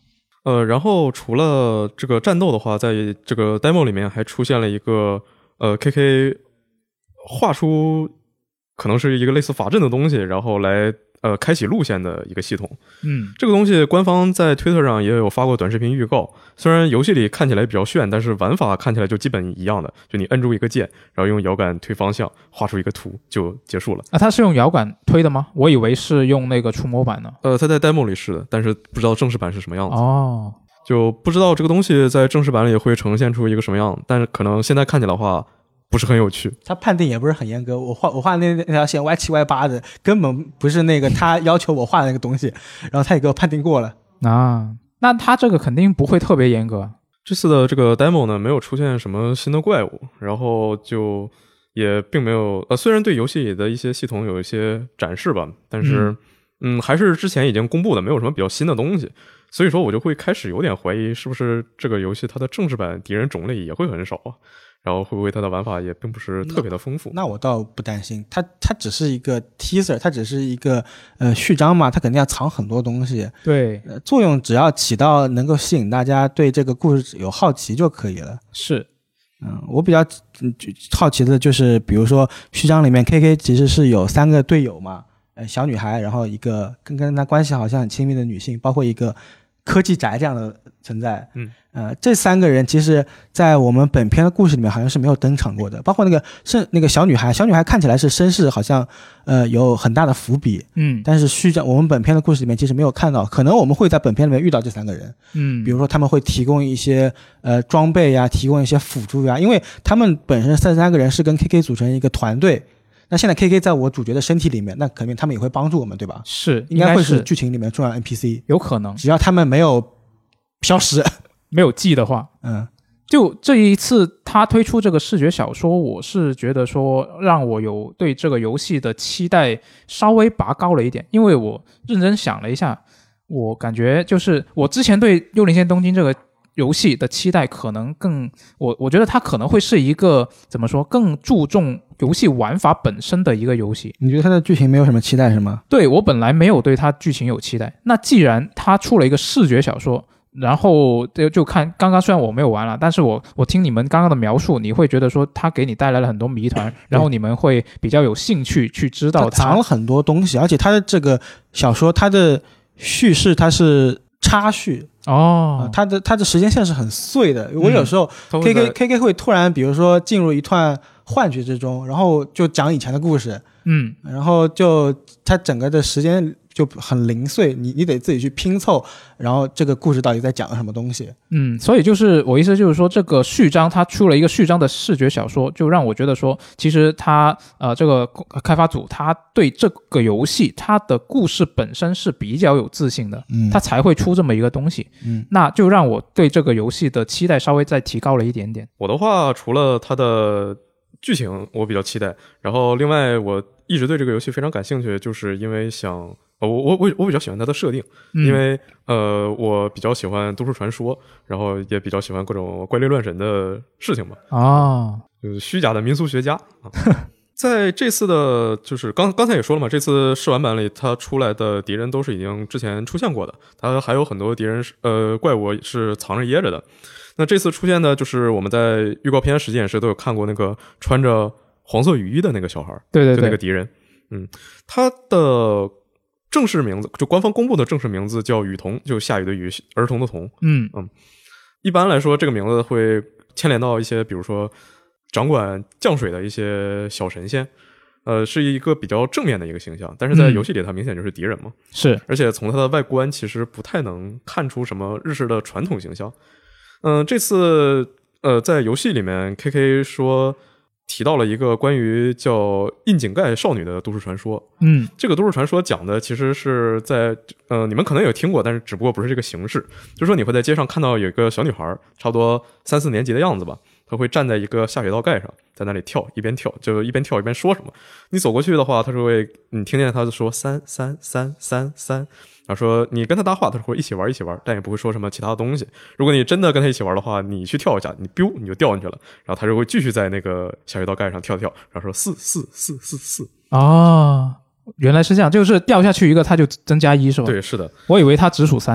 呃，然后除了这个战斗的话，在这个 demo 里面还出现了一个呃 K K 画出可能是一个类似法阵的东西，然后来呃开启路线的一个系统。 嗯， 这个东西官方在推特上也有发过短视频预告，虽然游戏里看起来比较炫，但是玩法看起来就基本一样的，就你摁住一个键，然后用摇杆推方向，画出一个图就结束了。 啊，它是用摇杆推的吗？我以为是用那个触摸板呢。 呃，它在 demo 里是的，但是不知道正式版是什么样子。 哦， 就不知道这个东西在正式版里会呈现出一个什么样，但是可能现在看起来的话不是很有趣。 他判定也不是很严格，我画我画那那条线歪七歪八的，根本不是那个他要求我画的那个东西，然后他也给我判定过了。 啊，那他这个肯定不会特别严格。 这次的这个 demo 呢，没有出现什么新的怪物，然后就也并没有呃，虽然对游戏里的一些系统有一些展示吧，但是嗯, 嗯，还是之前已经公布的，没有什么比较新的东西。所以说我就会开始有点怀疑，是不是这个游戏它的正式版敌人种类也会很少啊？然后会不会它的玩法也并不是特别的丰富？ 那, 那我倒不担心，它它只是一个 teaser， 它只是一个呃序章嘛，它肯定要藏很多东西。 对， 呃，作用只要起到能够吸引大家对这个故事有好奇就可以了。 是， 嗯，我比较好奇的就是，比如说序章里面 K K 其实是有三个队友嘛，呃，小女孩，然后一个跟跟她关系好像很亲密的女性，包括一个科技宅这样的存在。 嗯， 呃，这三个人其实在我们本片的故事里面好像是没有登场过的，包括那个是那个小女孩，小女孩看起来是身世好像呃有很大的伏笔， 嗯， 但是序章我们本片的故事里面其实没有看到，可能我们会在本片里面遇到这三个人， 嗯， 比如说他们会提供一些呃装备呀，提供一些辅助呀，因为他们本身三三个人是跟 K K 组成一个团队。那现在 K K 在我主角的身体里面，那肯定他们也会帮助我们，对吧？ 是， 应该会是剧情里面重要 N P C， 有可能， 只要他们没有消失， 没有记的话， 嗯， 就这一次他推出这个视觉小说，我是觉得说让我有对这个游戏的期待稍微拔高了一点，因为我认真想了一下，我感觉就是我之前对《幽灵线：东京》这个游戏的期待可能更，我我觉得它可能会是一个怎么说，更注重游戏玩法本身的一个游戏。 你觉得它的剧情没有什么期待是吗？ 对，我本来没有对它剧情有期待，那既然它出了一个视觉小说，然后就就看刚刚虽然我没有玩了，但是我我听你们刚刚的描述，你会觉得说它给你带来了很多谜团，然后你们会比较有兴趣去知道它， 它藏了很多东西，而且它的这个小说它的叙事它是插叙哦、 呃，它的它的时间线是很碎的。我有时候嗯 K K K K 会突然比如说进入一段幻觉之中，然后就讲以前的故事， 嗯， 然后就它整个的时间就很零碎，你你得自己去拼凑，然后这个故事到底在讲什么东西。 嗯，所以就是我意思就是说，这个序章它出了一个序章的视觉小说，就让我觉得说，其实它呃这个开发组他对这个游戏它的故事本身是比较有自信的， 嗯， 他才会出这么一个东西， 嗯， 那就让我对这个游戏的期待稍微再提高了一点点。 我的话，除了它的剧情我比较期待，然后另外我一直对这个游戏非常感兴趣，就是因为想呃我我我我比较喜欢它的设定， 嗯、 因为呃我比较喜欢都市传说，然后也比较喜欢各种怪力乱神的事情嘛。 哦， 就是虚假的民俗学家啊。在这次的就是刚刚才也说了嘛，这次试玩版里它出来的敌人都是已经之前出现过的，它还有很多敌人呃怪物是藏着掖着的。那这次出现的就是我们在预告片实际演示都有看过那个穿着黄色雨衣的那个小孩， 对对对， 就那个敌人，嗯，他的正式名字就官方公布的正式名字叫雨童，就下雨的雨，儿童的童， 嗯嗯，一般来说这个名字会牵连到一些比如说掌管降水的一些小神仙，呃，是一个比较正面的一个形象，但是在游戏里它明显就是敌人嘛， 嗯、是， 而且从它的外观其实不太能看出什么日式的传统形象。嗯、呃，这次呃在游戏里面 K K 说提到了一个关于叫印井盖少女的都市传说， 嗯， 这个都市传说讲的其实是在呃你们可能有听过，但是只不过不是这个形式，就是说你会在街上看到有一个小女孩，差不多三四年级的样子吧，她会站在一个下水道盖上，在那里跳，一边跳就一边跳一边说什么。你走过去的话，她就会你听见她说三三三三三。然后说你跟他搭话，他说一起玩一起玩，但也不会说什么其他的东西。如果你真的跟他一起玩的话，你去跳一下，你 biu 你就掉进去了，然后他就会继续在那个下水道盖上跳跳，然后说四四四四四。 哦，原来是这样，就是掉下去一个他就增加一是吧？ 对，是的。 我以为他只数三。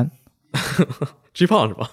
G 胖是吧？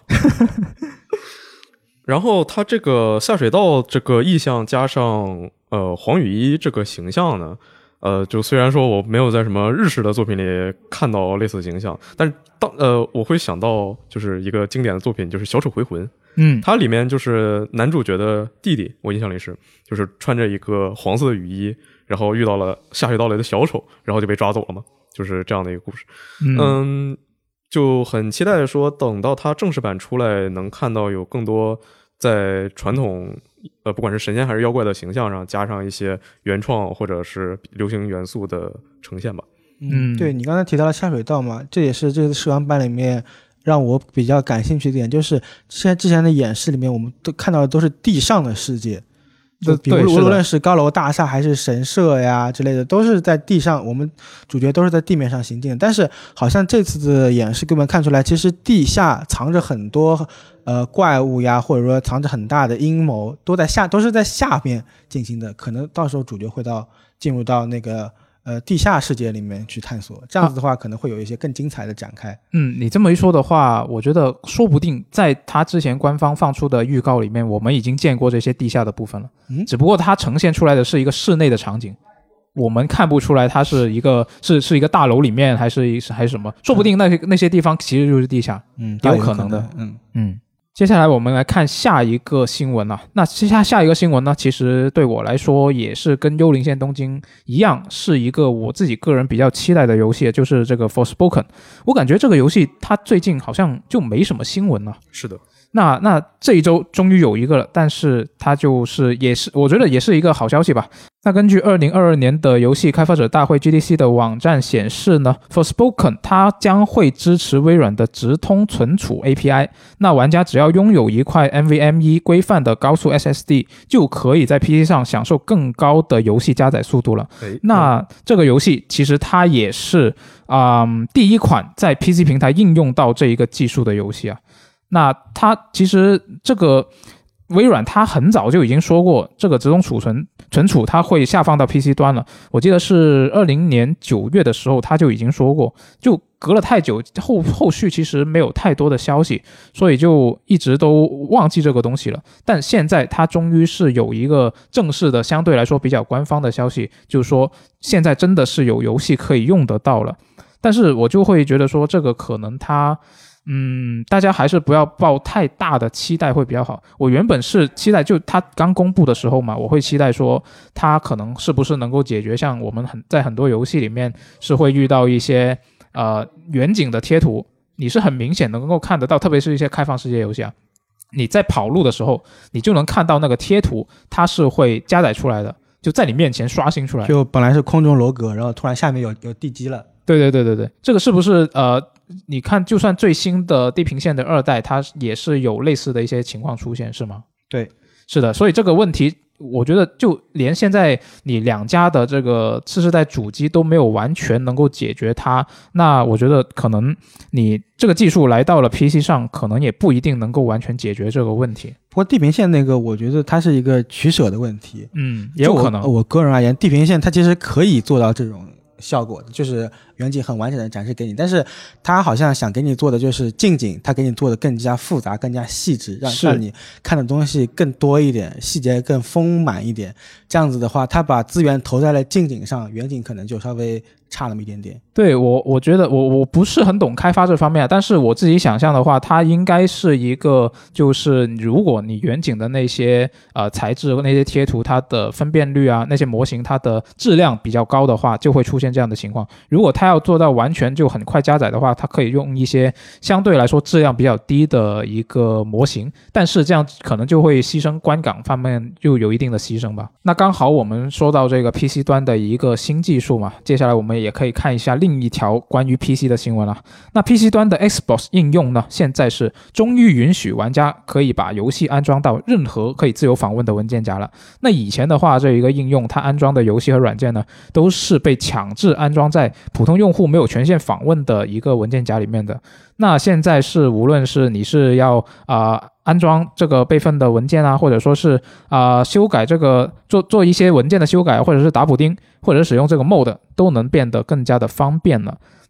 然后他这个下水道这个意象加上呃黄雨一这个形象呢，呃，就虽然说我没有在什么日式的作品里看到类似形象，但是当呃我会想到就是一个经典的作品，就是《小丑回魂》。 嗯， 它里面就是男主角的弟弟，我印象里是就是穿着一个黄色的雨衣，然后遇到了下水道里的小丑，然后就被抓走了嘛，就是这样的一个故事。 嗯。 嗯，就很期待说等到它正式版出来，能看到有更多在传统呃不管是神仙还是妖怪的形象上加上一些原创或者是流行元素的呈现吧。 嗯，对，你刚才提到了下水道嘛，这也是这次试玩版里面让我比较感兴趣的点，就是现在之前的演示里面我们都看到的都是地上的世界，就比如无论是高楼大厦还是神社呀之类的，都是在地上，我们主角都是在地面上行进的。但是好像这次的演示给我们看出来，其实地下藏着很多呃怪物呀，或者说藏着很大的阴谋，都在下都是在下面进行的，可能到时候主角会到进入到那个呃地下世界里面去探索，这样子的话、啊、可能会有一些更精彩的展开。 嗯，你这么一说的话，我觉得说不定在他之前官方放出的预告里面，我们已经见过这些地下的部分了。嗯，只不过它呈现出来的是一个室内的场景，我们看不出来它是一个是是一个大楼里面还是还是什么，说不定那些、嗯、那些地方其实就是地下， 嗯， 有可能的。 嗯嗯。接下来我们来看下一个新闻啊，那接下下一个新闻呢，其实对我来说也是跟幽灵线东京一样，是一个我自己个人比较期待的游戏，就是这个 Forspoken。我感觉这个游戏它最近好像就没什么新闻了。 是的。 那那这一周终于有一个了，但是它就是也是我觉得也是一个好消息吧。那根据二零二二年的游戏开发者大会 G D C 的网站显示呢， Forspoken 它将会支持微软的直通存储 A P I。那玩家只要拥有一块 N V M E 规范的高速 S S D， 就可以在 P C 上享受更高的游戏加载速度了。那这个游戏其实它也是、嗯、第一款在 P C 平台应用到这一个技术的游戏啊。那它其实这个微软它很早就已经说过，这个直通储存存储它会下放到 P C 端了。我记得是二零年九月的时候它就已经说过，就隔了太久，后后续其实没有太多的消息，所以就一直都忘记这个东西了。但现在它终于是有一个正式的，相对来说比较官方的消息，就是说现在真的是有游戏可以用得到了。但是我就会觉得说这个可能它嗯，大家还是不要抱太大的期待会比较好。我原本是期待，就它刚公布的时候嘛，我会期待说它可能是不是能够解决像我们很在很多游戏里面是会遇到一些呃远景的贴图，你是很明显能够看得到，特别是一些开放世界游戏啊，你在跑路的时候你就能看到那个贴图它是会加载出来的，就在你面前刷新出来， 就本来是空中楼阁，然后突然下面有有地基了。 对对对对对，这个是不是呃你看就算最新的地平线的二代它也是有类似的一些情况出现是吗？ 对， 是的，所以这个问题我觉得就连现在你两家的这个次世代主机都没有完全能够解决它，那我觉得可能你这个技术来到了 P C 上可能也不一定能够完全解决这个问题。 不过地平线那个我觉得它是一个取舍的问题， 嗯，也有可能。 我, 我个人而言，地平线它其实可以做到这种效果，就是远景很完整的展示给你，但是他好像想给你做的就是近景，他给你做的更加复杂更加细致，让让你看的东西更多一点，细节更丰满一点。这样子的话他把资源投在了近景上，远景可能就稍微差那么一点点。 对，我我觉得我我不是很懂开发这方面，但是我自己想象的话，它应该是一个就是如果你远景的那些呃材质那些贴图它的分辨率啊，那些模型它的质量比较高的话，就会出现这样的情况。如果它要做到完全就很快加载的话，它可以用一些相对来说质量比较低的一个模型，但是这样可能就会牺牲观感方面就有一定的牺牲吧。那刚好我们说到这个 P C 端的一个新技术嘛，接下来我们也可以看一下另一条关于 P C 的新闻了。那 P C 端的 Xbox 应用呢，现在是终于允许玩家可以把游戏安装到任何可以自由访问的文件夹了。那以前的话，这一个应用它安装的游戏和软件呢，都是被强制安装在普通用户没有权限访问的一个文件夹里面的。那现在是无论是你是要啊、呃、安装这个备份的文件啊，或者说是啊、呃、修改这个做做一些文件的修改，或者是打补丁，或者是使用这个 mod 都能变得更加的方便了。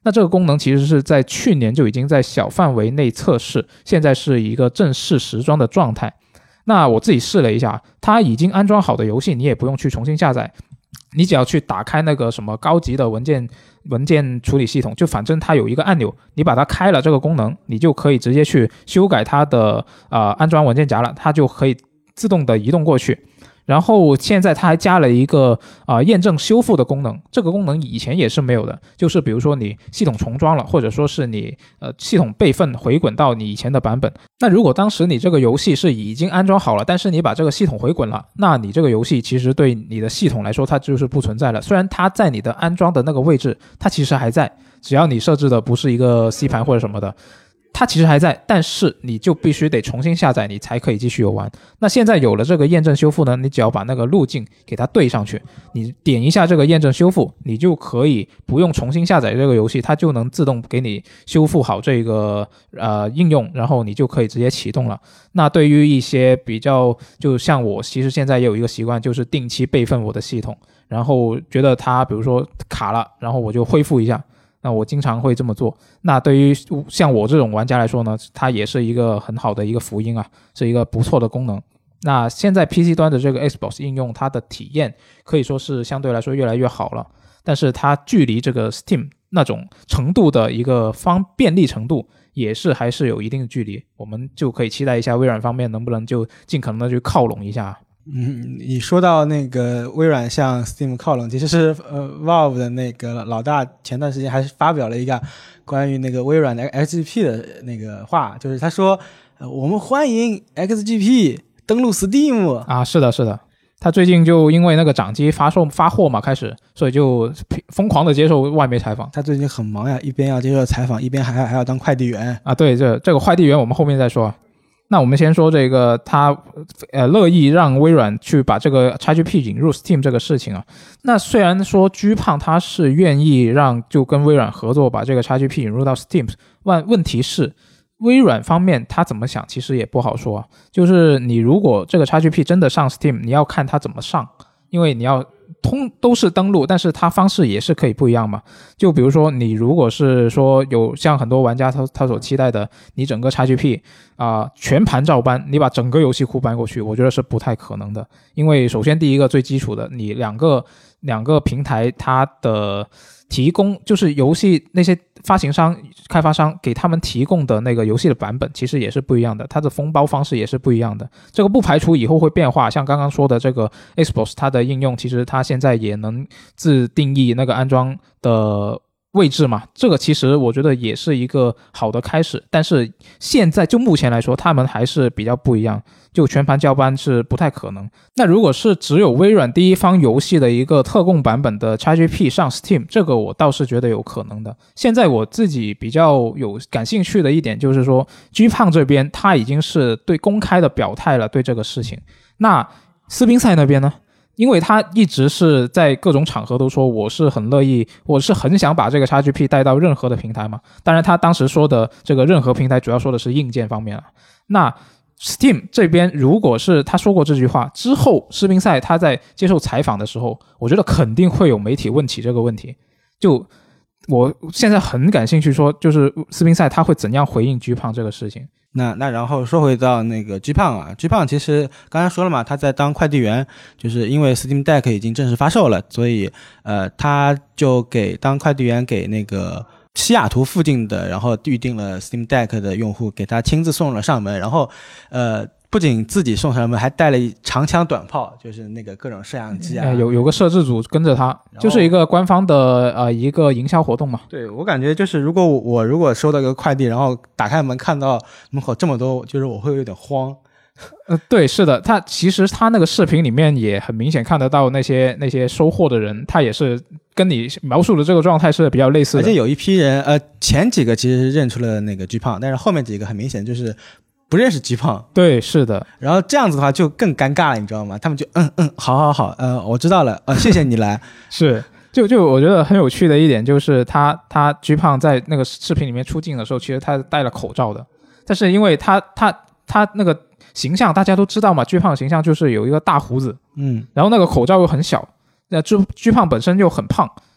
那这个功能其实是在去年就已经在小范围内测试，现在是一个正式实装的状态。那我自己试了一下，它已经安装好的游戏你也不用去重新下载，你只要去打开那个什么高级的文件文件处理系统，就反正它有一个按钮，你把它开了这个功能，你就可以直接去修改它的呃安装文件夹了，它就可以自动的移动过去。然后现在它还加了一个啊、呃、验证修复的功能，这个功能以前也是没有的，就是比如说你系统重装了，或者说是你呃系统备份回滚到你以前的版本，那如果当时你这个游戏是已经安装好了，但是你把这个系统回滚了，那你这个游戏其实对你的系统来说它就是不存在了。虽然它在你的安装的那个位置它其实还在，只要你设置的不是一个 C 盘或者什么的，它其实还在，但是你就必须得重新下载，你才可以继续游玩。那现在有了这个验证修复呢，你只要把那个路径给它对上去，你点一下这个验证修复，你就可以不用重新下载这个游戏，它就能自动给你修复好这个呃应用，然后你就可以直接启动了。那对于一些比较，就像我其实现在也有一个习惯，就是定期备份我的系统，然后觉得它比如说卡了，然后我就恢复一下。那我经常会这么做。那对于像我这种玩家来说呢，它也是一个很好的一个福音啊，是一个不错的功能。那现在 P C 端的这个 Xbox 应用，它的体验可以说是相对来说越来越好了，但是它距离这个 Steam 那种程度的一个方便利程度也是还是有一定的距离，我们就可以期待一下微软方面能不能就尽可能的去靠拢一下。 嗯，你说到那个微软向 Steam 靠拢，其实是呃 Valve 的那个老大前段时间还是发表了一个关于那个微软的 X G P 的那个话，就是他说、呃、我们欢迎 X G P 登陆 Steam 啊，是的是的，他最近就因为那个掌机发售发货嘛开始，所以就疯狂的接受外媒采访。 他最近很忙呀，一边要接受采访，一边还还要当快递员啊。对，这这个快递员我们后面再说。那我们先说这个他呃乐意让微软去把这个 X G P 引入 Steam 这个事情啊。那虽然说居胖他是愿意让就跟微软合作把这个 X G P 引入到 Steam， 问问题是微软方面他怎么想其实也不好说啊。就是你如果这个 X G P 真的上 Steam， 你要看它怎么上，因为你要通都是登录，但是它方式也是可以不一样嘛。就比如说你如果是说有像很多玩家他他所期待的，你整个 X G P 啊、呃、全盘照搬，你把整个游戏库搬过去，我觉得是不太可能的。因为首先第一个最基础的，你两个两个平台它的提供就是游戏那些发行商开发商给他们提供的那个游戏的版本其实也是不一样的，它的封包方式也是不一样的。这个不排除以后会变化，像刚刚说的这个 Xbox 它的应用其实它现在也能自定义那个安装的位置嘛，这个其实我觉得也是一个好的开始。但是现在就目前来说他们还是比较不一样，就全盘交搬是不太可能。那如果是只有微软第一方游戏的一个特供版本的 X G P 上 Steam， 这个我倒是觉得有可能的。现在我自己比较有感兴趣的一点就是说 G 胖这边他已经是对公开的表态了对这个事情，那斯宾塞那边呢，因为他一直是在各种场合都说我是很乐意，我是很想把这个 X G P 带到任何的平台嘛。当然他当时说的这个任何平台主要说的是硬件方面了。那 Steam 这边如果是他说过这句话之后，施宾塞他在接受采访的时候，我觉得肯定会有媒体问起这个问题。就我现在很感兴趣说就是施宾塞他会怎样回应 G 胖这个事情。 那那然后说回到那个 G 胖啊 ，G 胖其实刚才说了嘛，他在当快递员，就是因为 Steam Deck 已经正式发售了，所以呃他就给当快递员给那个西雅图附近的，然后预定了 Steam Deck 的用户，给他亲自送了上门，然后呃不仅自己送上门，还带了长枪短炮，就是那个各种摄像机啊， 有有个摄制组跟着他，就是一个官方的呃一个营销活动嘛。 对，我感觉就是如果我我如果收到一个快递，然后打开门看到门口这么多，就是我会有点慌。 呃，对，是的，他其实他那个视频里面也很明显看得到那些那些收货的人，他也是跟你描述的这个状态是比较类似的。 而且有一批人，呃，前几个其实认出了那个 G 胖，但是后面几个很明显就是不认识 G 胖。 对，是的。 然后这样子的话就更尴尬了，你知道吗？他们就嗯嗯，好好好，呃，我知道了，呃，谢谢你来。 是。就就我觉得很有趣的一点就是他他 G 胖在那个视频里面出镜的时候，其实他戴了口罩的，但是因为他他他那个形象大家都知道嘛 ，G 胖的形象就是有一个大胡子， 嗯， 然后那个口罩又很小，那 G G 胖本身就很胖，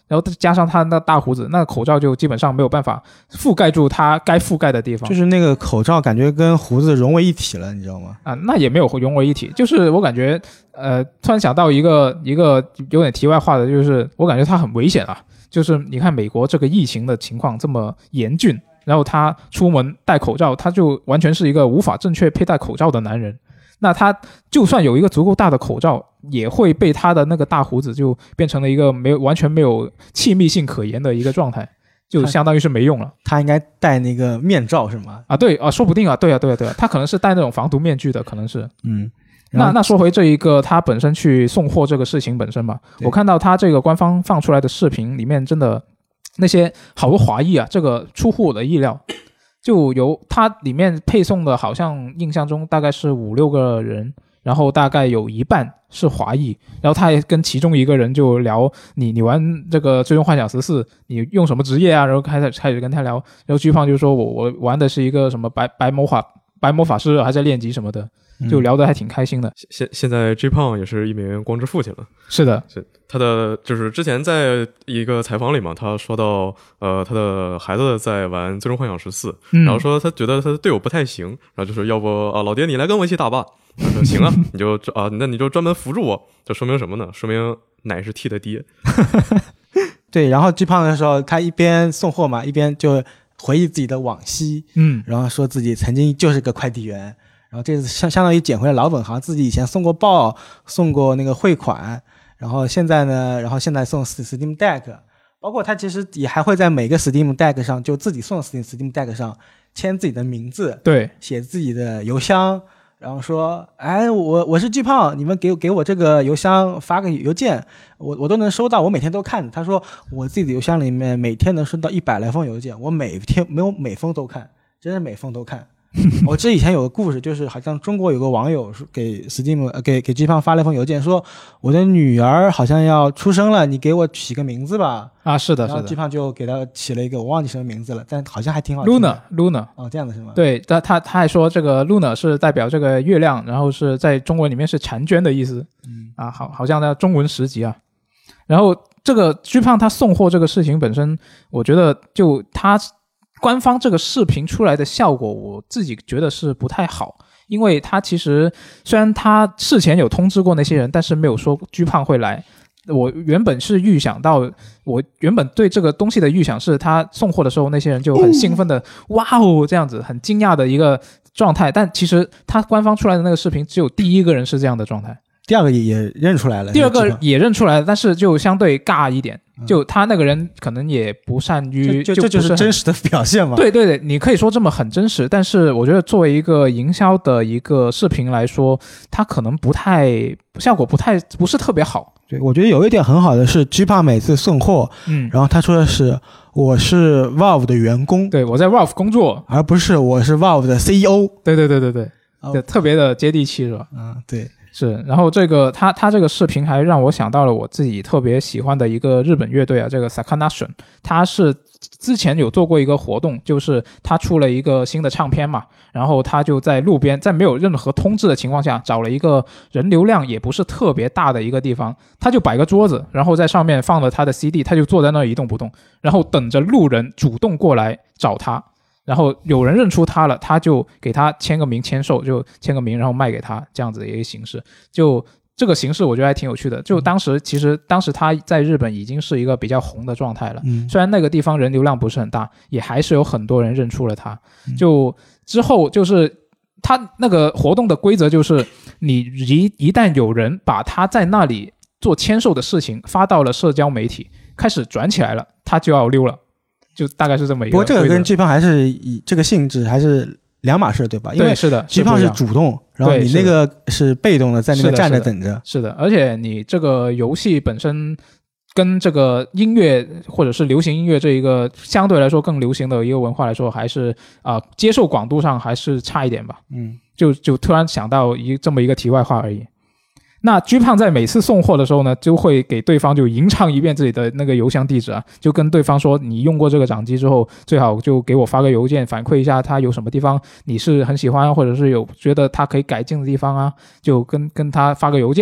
然后加上他那大胡子，那口罩就基本上没有办法覆盖住他该覆盖的地方， 就是那个口罩感觉跟胡子融为一体了，你知道吗？ 啊，那也没有融为一体，就是我感觉，呃，突然想到一个一个有点题外话的，就是我感觉他很危险啊，就是你看美国这个疫情的情况这么严峻，然后他出门戴口罩，他就完全是一个无法正确佩戴口罩的男人。那他就算有一个足够大的口罩，也会被他的那个大胡子就变成了一个没有完全没有气密性可言的一个状态，就相当于是没用了。 他应该戴那个面罩是吗？ 啊，对啊，说不定啊，对啊，对啊，对啊，他可能是戴那种防毒面具的，可能是。 嗯， 那那说回这一个他本身去送货这个事情本身吧，我看到他这个官方放出来的视频里面，真的那些好多华裔啊，这个出乎我的意料。就由它里面配送的好像印象中大概是五六个人，然后大概有一半是华裔，然后他也跟其中一个人就聊你你玩这个最终幻想十四你用什么职业啊，然后开始开始跟他聊，然后巨胖就说我我玩的是一个什么白白魔法白魔法师还在练级什么的，就聊得还挺开心的。 现现在 J 胖也是一名光之父亲了。 是的， 是他的就是之前在一个采访里嘛，他说到呃他的孩子在玩最终幻想十四、嗯、然后说他觉得他的队友不太行，然后就说要不啊老爹你来跟我一起打吧。他说行啊，你就啊那你就专门扶住我，这说明什么呢？说明奶是 T 的爹。 对，然后 G 胖的时候他一边送货嘛，一边就回忆自己的往昔， 嗯， 然后说自己曾经就是个快递员，然后这次相相当于捡回了老本行，自己以前送过报，送过那个汇款，然后现在呢，然后现在送 Steam Deck， 包括他其实也还会在每个 Steam Deck 上，就自己送的 Steam Steam Deck 上签自己的名字， 对， 写自己的邮箱，然后说，哎，我我是巨胖，你们给给我这个邮箱发个邮件，我我都能收到，我每天都看。他说我自己的邮箱里面每天能收到一百来封邮件，我每天没有每封都看，真是每封都看。我这以前有个故事，就是好像中国有个网友给 Steam 呃给给 G 胖发了一封邮件，说我的女儿好像要出生了，你给我起个名字吧。 啊，是的，是的。 然后 G 胖就给他起了一个我忘记什么名字了，但好像还挺好听的。 Luna Luna 哦，这样的是吗？ 对，他他他还说这个 Luna 是代表这个月亮，然后是在中文里面是婵娟的意思。嗯啊，好，好像在中文十级啊。然后这个 G 胖他送货这个事情本身，我觉得就他。官方这个视频出来的效果我自己觉得是不太好，因为他其实虽然他事前有通知过那些人，但是没有说巨胖会来。我原本是预想到，我原本对这个东西的预想是他送货的时候那些人就很兴奋的、嗯、哇哦这样子很惊讶的一个状态，但其实他官方出来的那个视频只有第一个人是这样的状态， 第二个也认出来了， 第二个也认出来了，但是就相对尬一点，就他那个人可能也不善于， 就这就是真实的表现嘛。 对对对，你可以说这么很真实，但是我觉得作为一个营销的一个视频来说，它可能不太效果不太不是特别好。 对，我觉得有一点很好的是 G 胖每次送货，嗯，然后他说的是我是 Valve 的员工， 对，我在 Valve 工作， 而不是我是 Valve 的 C E O。 对对对对对，哦、对，特别的接地气是吧？ 嗯，对。 是，然后这个他他这个视频还让我想到了我自己特别喜欢的一个日本乐队啊，这个 Sakanation， 他是之前有做过一个活动，就是他出了一个新的唱片嘛，然后他就在路边，在没有任何通知的情况下，找了一个人流量也不是特别大的一个地方，他就摆个桌子，然后在上面放了他的 C D， 他就坐在那儿一动不动，然后等着路人主动过来找他。然后有人认出他了，他就给他签个名签售，就签个名然后卖给他，这样子的一个形式。就这个形式我觉得还挺有趣的，就当时其实当时他在日本已经是一个比较红的状态了，嗯、虽然那个地方人流量不是很大，也还是有很多人认出了他。就之后就是他那个活动的规则就是你一一旦有人把他在那里做签售的事情发到了社交媒体，开始转起来了，他就要溜了。就大概是这么一个， 不过这个跟 G 胖还是以这个性质还是两码事，对吧？因为是的 ，G 胖是主动，然后你那个是被动的，在那边站着等着。 是的，而且你这个游戏本身跟这个音乐或者是流行音乐这一个相对来说更流行的一个文化来说，还是啊、呃、接受广度上还是差一点吧。嗯，就就突然想到一这么一个题外话而已。那 G 胖在每次送货的时候呢，就会给对方就吟唱一遍自己的那个邮箱地址啊，就跟对方说你用过这个掌机之后，最好就给我发个邮件反馈一下他有什么地方你是很喜欢，或者是有觉得他可以改进的地方啊，就跟跟他发个邮件。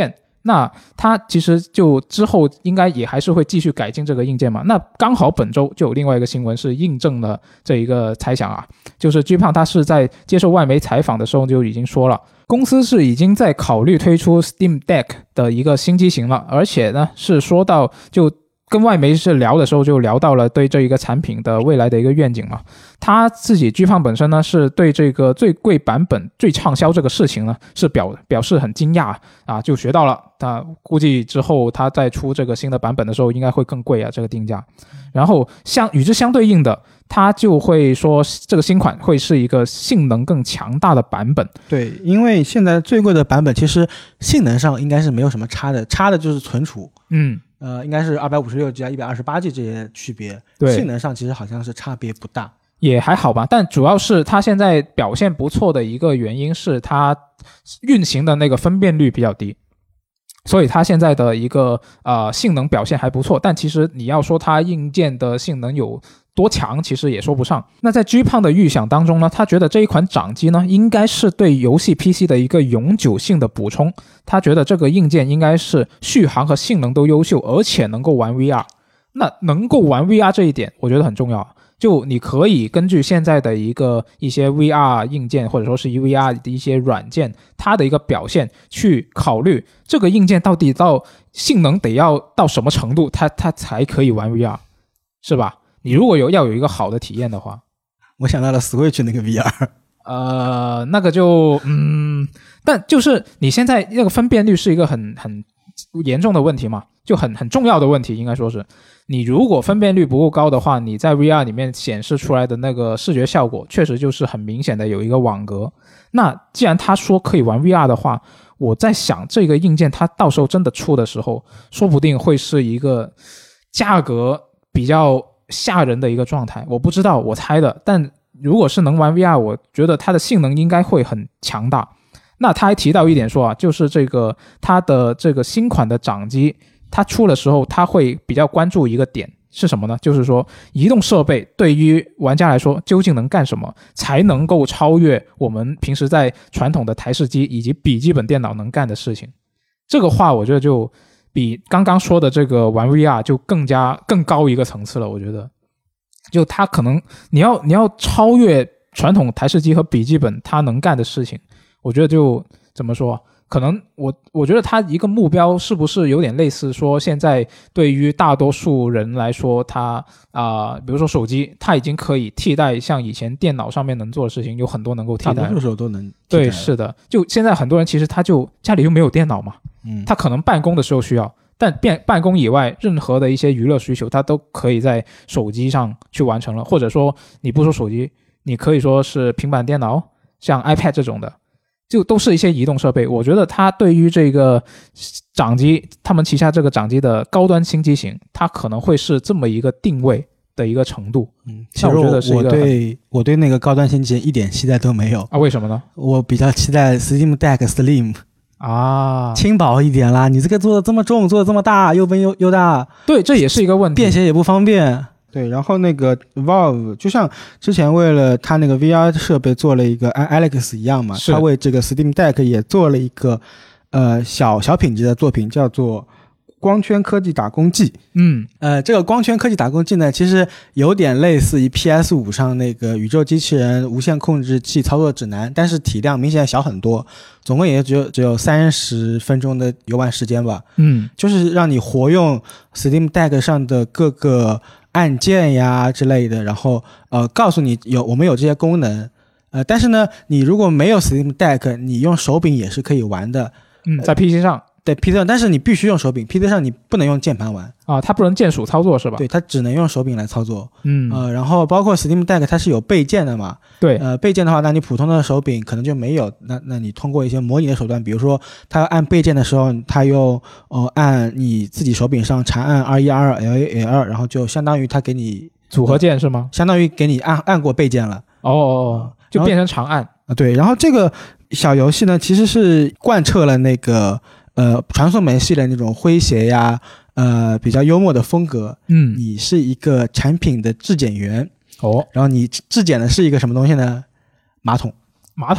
那它其实就之后应该也还是会继续改进这个硬件嘛。那刚好本周就有另外一个新闻是印证了这一个猜想啊，就是 G 胖他是在接受外媒采访的时候就已经说了，公司是已经在考虑推出 Steam Deck 的一个新机型了，而且呢是说到就跟外媒是聊的时候就聊到了对这一个产品的未来的一个愿景嘛。他自己 G 胖本身呢是对这个最贵版本最畅销这个事情呢是表表示很惊讶啊，就学到了，他估计之后他再出这个新的版本的时候应该会更贵啊这个定价。然后相与之相对应的，他就会说这个新款会是一个性能更强大的版本。 对，因为现在最贵的版本其实性能上应该是没有什么差的，差的就是存储。 嗯。 呃，应该是二百五十六 G 啊、一百二十八 G 这些区别， 对， 性能上其实好像是差别不大， 也还好吧。但主要是它现在表现不错的一个原因是它运行的那个分辨率比较低，所以它现在的一个呃性能表现还不错。但其实你要说它硬件的性能有多强，其实也说不上。那在 G 胖的预想当中呢，他觉得这一款掌机呢应该是对游戏 P C 的一个永久性的补充，他觉得这个硬件应该是续航和性能都优秀，而且能够玩 V R。 那能够玩 V R 这一点我觉得很重要，就你可以根据现在的一个一些 V R 硬件或者说是 V R 的一些软件它的一个表现去考虑这个硬件到底到性能得要到什么程度它它才可以玩 V R， 是吧？你如果有要有一个好的体验的话， 我想到了 Switch 那个 V R， 呃，那个就嗯，但就是你现在那个分辨率是一个很很严重的问题嘛，就很很重要的问题，应该说是你如果分辨率不够高的话，你在 V R 里面显示出来的那个视觉效果确实就是很明显的有一个网格。那既然他说可以玩 V R 的话，我在想这个硬件它到时候真的出的时候，说不定会是一个价格比较吓人的一个状态，我不知道，我猜的。但如果是能玩 V R， 我觉得它的性能应该会很强大。那他还提到一点说啊，就是这个它的这个新款的掌机它出的时候，它会比较关注一个点是什么呢？就是说移动设备对于玩家来说究竟能干什么才能够超越我们平时在传统的台式机以及笔记本电脑能干的事情。这个话我觉得就比刚刚说的这个玩 V R 就更加更高一个层次了。我觉得就它可能你要你要超越传统台式机和笔记本它能干的事情，我觉得就怎么说，可能我我觉得它一个目标是不是有点类似说现在对于大多数人来说，它啊、呃，比如说手机它已经可以替代像以前电脑上面能做的事情，有很多能够替代， 大多数时候都能替代。 对，是的，就现在很多人其实他就家里又没有电脑嘛， 嗯， 他可能办公的时候需要，但办办公以外任何的一些娱乐需求他都可以在手机上去完成了，或者说你不说手机，你可以说是平板电脑，像 iPad 这种的，就都是一些移动设备。我觉得它对于这个掌机，他们旗下这个掌机的高端新机型，它可能会是这么一个定位的一个程度。 嗯，其实 我, 我觉得是一个我对我对那个高端新机一点期待都没有啊。为什么呢？ 我比较期待 Steam Deck Slim 啊， 轻薄一点啦。你这个做的这么重，做的这么大，又笨又又大， 对，这也是一个问题， 便携也不方便。对，然后那个 Valve 就像之前为了它那个 V R 设备做了一个 Alex 一样嘛，它为这个 Steam Deck 也做了一个呃小小品级的作品，叫做光圈科技打工记。 嗯， 呃，这个光圈科技打工记呢，其实有点类似于 P S 五 上那个宇宙机器人无线控制器操作指南，但是体量明显小很多，总共也只有只有三十分钟的游玩时间吧。 嗯， 就是让你活用 Steam Deck 上的各个按键呀之类的，然后呃告诉你有我们有这些功能，呃，但是呢，你如果没有 Steam Deck， 你用手柄也是可以玩的。 嗯，在 P C 上。 对 P C 上，但是你必须用手柄 ，P C 上你不能用键盘玩啊，它不能键鼠操作是吧？ 对，它只能用手柄来操作。 嗯， 呃，然后包括 Steam Deck 它是有备键的嘛？ 对， 呃，备键的话，那你普通的手柄可能就没有，那那你通过一些模拟的手段，比如说它按备键的时候，它用呃按你自己手柄上长按二一二 L A L， 然后就相当于它给你组合键是吗？ 相当于给你按按过备键了。 哦哦哦，就变成长按啊。对，然后这个小游戏呢，其实是贯彻了那个。呃，传送门系列那种诙谐呀，呃，比较幽默的风格。 嗯， 你是一个产品的质检员哦， 然后你质检的是一个什么东西呢？马桶。 马桶，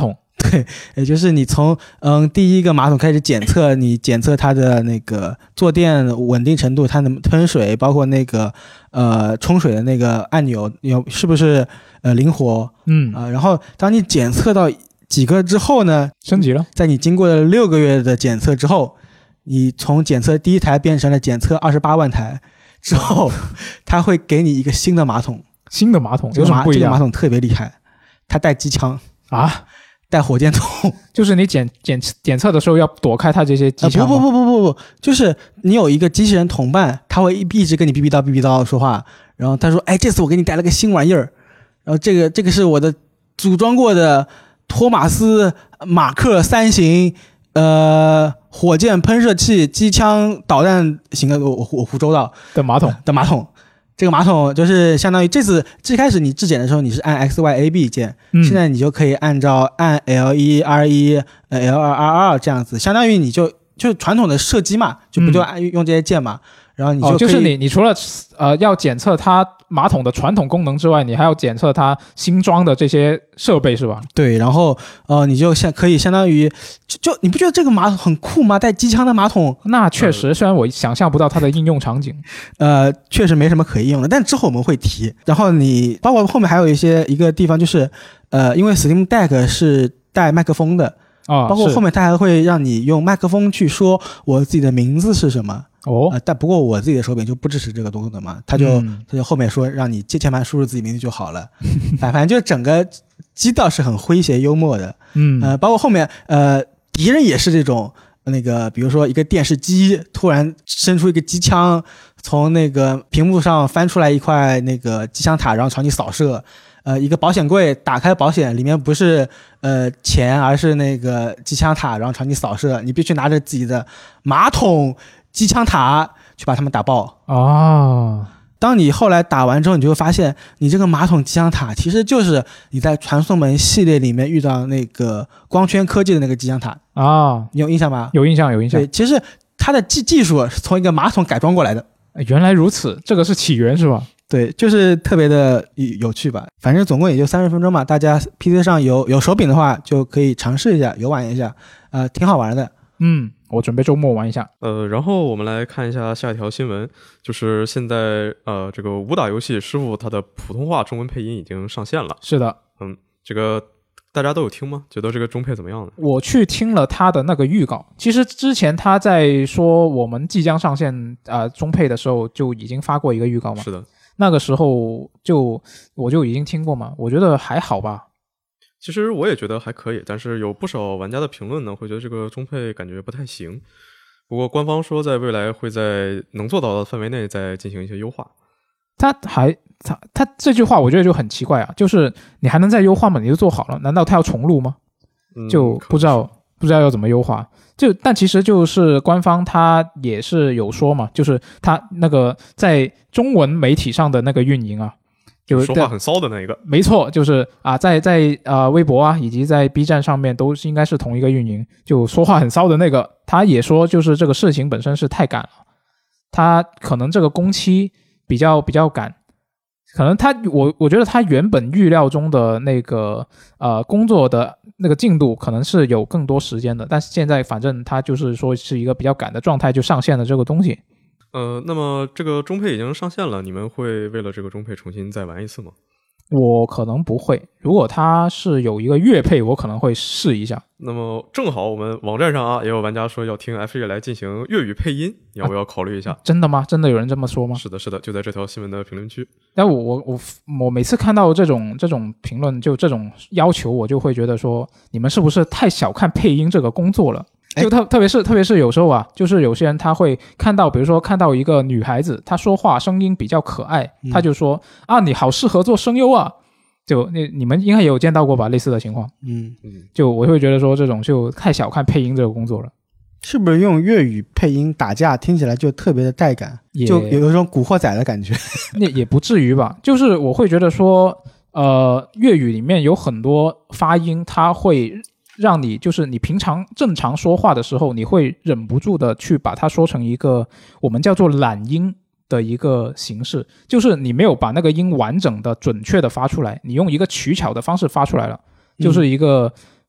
对，也就是你从嗯第一个马桶开始检测，你检测它的那个坐垫稳定程度，它能喷水，包括那个呃冲水的那个按钮有是不是呃灵活， 嗯啊、呃，然后当你检测到几个之后呢， 升级了， 在你经过了六个月的检测之后，你从检测第一台变成了检测二十八万台之后，它会给你一个新的马桶。 新的马桶这个马有什么不一样？ 这个马桶特别厉害，它带机枪啊， 带火箭筒， 就是你检检检测的时候要躲开它这些机枪、 呃、不不不不不不，就是你有一个机器人同伴，他会一直跟你哔哔叨哔哔叨说话，然后他说：“哎，这次我给你带了个新玩意儿，然后这个这个是我的组装过的托马斯马克三型呃火箭喷射器机枪导弹型的，我我胡诌道的马桶的马桶。”这个马桶就是相当于这次最开始你质检的时候你是按 X Y A B 键、嗯、现在你就可以按照按 L 一 R 一 L 二 R 二这样子，相当于你就就传统的射击嘛，就不就按用这些键嘛、嗯、然后你就可以、 哦、就是你你除了呃要检测它马桶的传统功能之外，你还要检测它新装的这些设备是吧？ 对，然后呃你就像可以相当于就就你不觉得这个马桶很酷吗？带机枪的马桶， 那确实、呃、虽然我想象不到它的应用场景， 呃确实没什么可以用的，但之后我们会提。然后你包括后面还有一些一个地方就是呃因为 Steam Deck 是带麦克风的啊、哦， 包括后面它还会让你用麦克风去说我自己的名字是什么哦、 呃，但不过我自己的手柄就不支持这个功能嘛，它就、嗯、它就后面说让你键盘输入自己名字就好了，反正就整个机道是很诙谐幽默的， 嗯， 呃，包括后面呃敌人也是这种那个，比如说一个电视机突然伸出一个机枪，从那个屏幕上翻出来一块那个机枪塔，然后朝你扫射。呃，一个保险柜打开保险，里面不是呃钱，而是那个机枪塔，然后朝你扫射，你必须拿着自己的马桶机枪塔去把他们打爆啊、哦！ 当你后来打完之后，你就会发现，你这个马桶机枪塔其实就是你在传送门系列里面遇到那个光圈科技的那个机枪塔啊、哦！ 你有印象吗？ 有印象，有印象。 对，其实它的技技术是从一个马桶改装过来的。 原来如此，这个是起源是吧？ 对，就是特别的有趣吧。反正总共也就三十分钟嘛，大家 P C 上有有手柄的话，就可以尝试一下，游玩一下，呃，挺好玩的。 嗯，我准备周末玩一下。 呃，然后我们来看一下下一条新闻，就是现在呃，这个武打游戏师傅他的普通话中文配音已经上线了。 是的， 嗯，这个大家都有听吗？觉得这个中配怎么样呢？ 我去听了他的那个预告，其实之前他在说我们即将上线呃中配的时候就已经发过一个预告嘛。 是的。 那个时候就我就已经听过嘛，我觉得还好吧。 其实我也觉得还可以，但是有不少玩家的评论呢，会觉得这个中配感觉不太行。不过官方说在未来会在能做到的范围内再进行一些优化。 他还他他这句话我觉得就很奇怪啊，就是你还能再优化吗？你就做好了，难道他要重录吗？ 嗯、 就不知道不知道要怎么优化。就但其实就是官方他也是有说嘛，就是他那个在中文媒体上的那个运营啊，就说话很骚的那一个， 没错，就是啊，在在呃微博啊以及在 B 站上面都是应该是同一个运营，就说话很骚的那个，他也说就是这个事情本身是太赶了，他可能这个工期比较比较赶。可能他我我觉得他原本预料中的那个呃工作的那个进度可能是有更多时间的，但是现在反正他就是说是一个比较赶的状态就上线了这个东西。 呃，那么这个中配已经上线了，你们会为了这个中配重新再玩一次吗？ 我可能不会，如果它是有一个粤配，我可能会试一下。 那么正好我们网站上啊也有玩家说要听 F 一 来进行粤语配音，你要不要考虑一下、啊、 真的吗？真的有人这么说吗？ 是的是的，就在这条新闻的评论区。 但我我我我每次看到这种这种评论，就这种要求，我就会觉得说你们是不是太小看配音这个工作了。就特特别是特别是有时候啊，就是有些人他会看到，比如说看到一个女孩子，她说话声音比较可爱，嗯、他就说啊，你好适合做声优啊。就你你们应该也有见到过吧，类似的情况。 嗯嗯， 就我会觉得说这种就太小看配音这个工作了。 是不是用粤语配音打架听起来就特别的带感，就有一种古惑仔的感觉？ 那也不至于吧，就是我会觉得说，呃，粤语里面有很多发音，它会让你就是你平常正常说话的时候，你会忍不住的去把它说成一个我们叫做懒音的一个形式，就是你没有把那个音完整的准确的发出来，你用一个取巧的方式发出来了，就是一个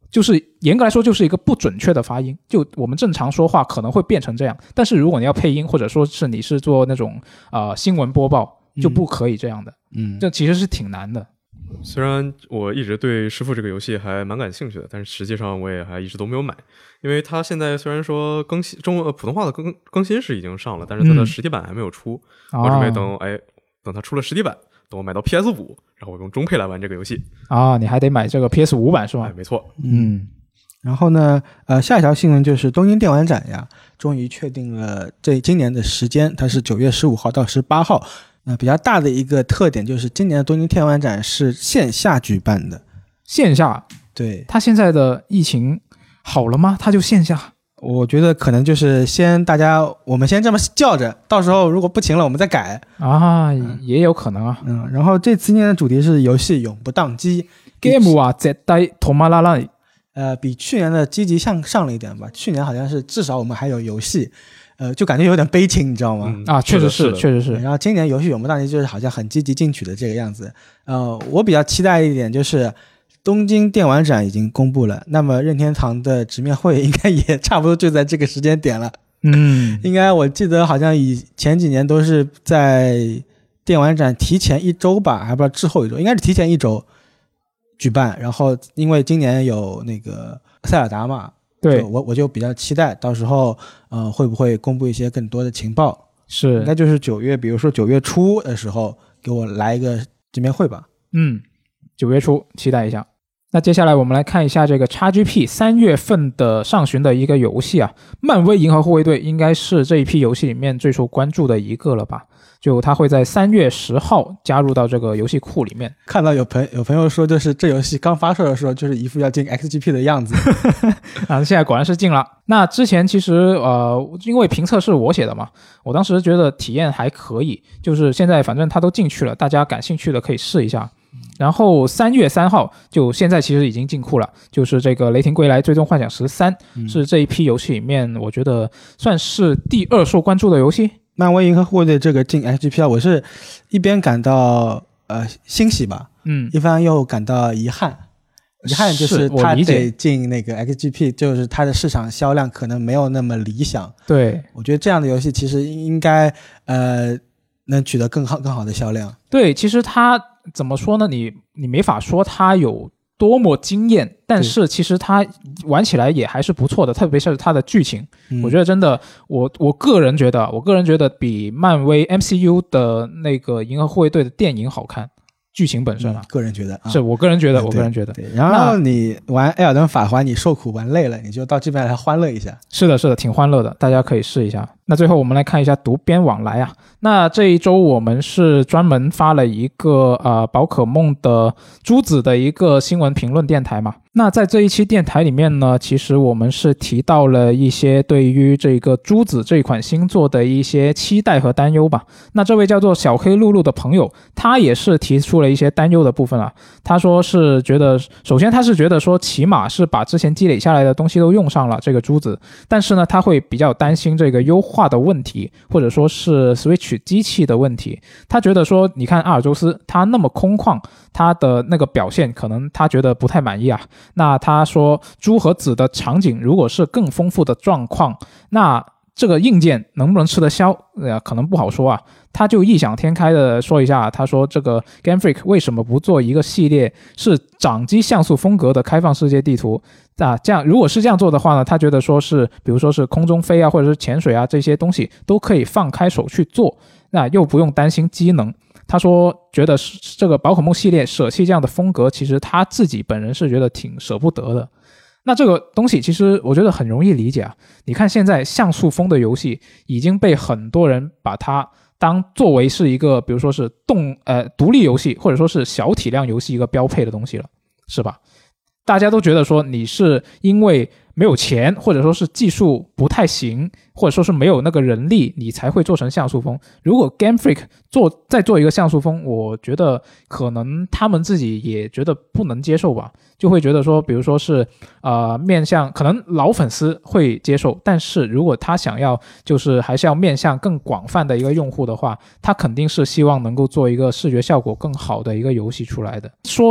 就是严格来说就是一个不准确的发音，就我们正常说话可能会变成这样，但是如果你要配音或者说是你是做那种呃新闻播报就不可以这样的， 嗯， 这其实是挺难的。 虽然我一直对师傅这个游戏还蛮感兴趣的，但是实际上我也还一直都没有买，因为它现在虽然说更新中文、呃、普通话的更更新是已经上了，但是它的实体版还没有出， 嗯、 我准备等、哦、哎等它出了实体版，等我买到 P S 五，然后我用中配来玩这个游戏啊，你还得买这个 P S 五 版是吗？ 哎，没错， 嗯。然后呢，呃，下一条新闻就是东京电玩展呀，终于确定了这今年的时间，它是九月十五号到十八号。那、呃、比较大的一个特点就是今年的东京电玩展是线下举办的。 线下？ 对。 它现在的疫情好了吗？它就线下？ 我觉得可能就是先大家我们先这么叫着，到时候如果不行了我们再改啊，也有可能啊。 嗯，然后这次年的主题是游戏永不宕机 ，Game は絶対止まらない。 呃，比去年的积极向上了一点吧。去年好像是至少我们还有游戏，呃，就感觉有点悲情，你知道吗？ 嗯、 啊，确实是，确实是。 然后今年游戏永不宕机就是好像很积极进取的这个样子。呃，我比较期待一点就是东京电玩展已经公布了，那么任天堂的直面会应该也差不多就在这个时间点了。 嗯， 应该我记得好像以前几年都是在电玩展提前一周吧，还不知道滞后一周，应该是提前一周举办，然后因为今年有那个塞尔达嘛， 对， 我我就比较期待到时候呃会不会公布一些更多的情报， 是应该就是九月，比如说九月初的时候给我来一个直面会吧。 嗯，九月初期待一下。那接下来我们来看一下这个 X G P 三月份的上旬的一个游戏啊，漫威银河护卫队应该是这一批游戏里面最受关注的一个了吧，就它会在三月十号加入到这个游戏库里面。 看到有朋有朋友说就是这游戏刚发售的时候就是一副要进 X G P 的样子啊，现在果然是进了。那之前其实呃，因为评测是我写的嘛，我当时觉得体验还可以，就是现在反正它都进去了，大家感兴趣的可以试一下。然后三月三号就现在其实已经进库了，就是这个雷霆归来最终幻想十三、嗯、是这一批游戏里面我觉得算是第二受关注的游戏。 漫威银河护卫队这个进 X G P 我是一边感到呃欣喜吧， 嗯， 一方又感到遗憾。遗憾就是它得进那个 X G P， 就是它的市场销量可能没有那么理想。 对， 我觉得这样的游戏其实应该呃能取得更好更好的销量。 对，其实它怎么说呢，你你没法说它有多么惊艳，但是其实它玩起来也还是不错的，特别是它的剧情、嗯、我觉得真的我我个人觉得我个人觉得比漫威 M C U 的那个银河护卫队的电影好看，剧情本身啊、嗯、 个人觉得、啊、 是我个人觉得我个人觉得。 对，然后你玩艾尔登法环你受苦玩累了，你就到这边来欢乐一下。 是的是的，挺欢乐的，大家可以试一下。那最后我们来看一下读编往来啊，那这一周我们是专门发了一个呃宝可梦的朱子的一个新闻评论电台嘛。那在这一期电台里面呢，其实我们是提到了一些对于这个朱子这款新作的一些期待和担忧吧。那这位叫做小黑露露的朋友，他也是提出了一些担忧的部分啊。他说是觉得，首先他是觉得说起码是把之前积累下来的东西都用上了这个朱子，但是呢他会比较担心这个优化的问题，或者说是 Switch 机器的问题。他觉得说你看阿尔宙斯他那么空旷，他的那个表现可能他觉得不太满意啊。那他说朱和紫的场景如果是更丰富的状况，那这个硬件能不能吃得消、呃、可能不好说啊。他就异想天开的说一下，他说这个 Game Freak 为什么不做一个系列是掌机像素风格的开放世界地图啊？这样如果是这样做的话呢，他觉得说是比如说是空中飞啊，或者是潜水啊，这些东西都可以放开手去做，那又不用担心机能。他说觉得这个宝可梦系列舍弃这样的风格，其实他自己本人是觉得挺舍不得的。那这个东西其实我觉得很容易理解啊。你看现在像素风的游戏已经被很多人把它当作为是一个比如说是动呃独立游戏或者说是小体量游戏一个标配的东西了，是吧？大家都觉得说你是因为没有钱，或者说是技术不太行，或者说是没有那个人力，你才会做成像素风。如果 Game Freak 做再做一个像素风，我觉得可能他们自己也觉得不能接受吧，就会觉得说比如说是呃面向可能老粉丝会接受，但是如果他想要就是还是要面向更广泛的一个用户的话，他肯定是希望能够做一个视觉效果更好的一个游戏出来的。说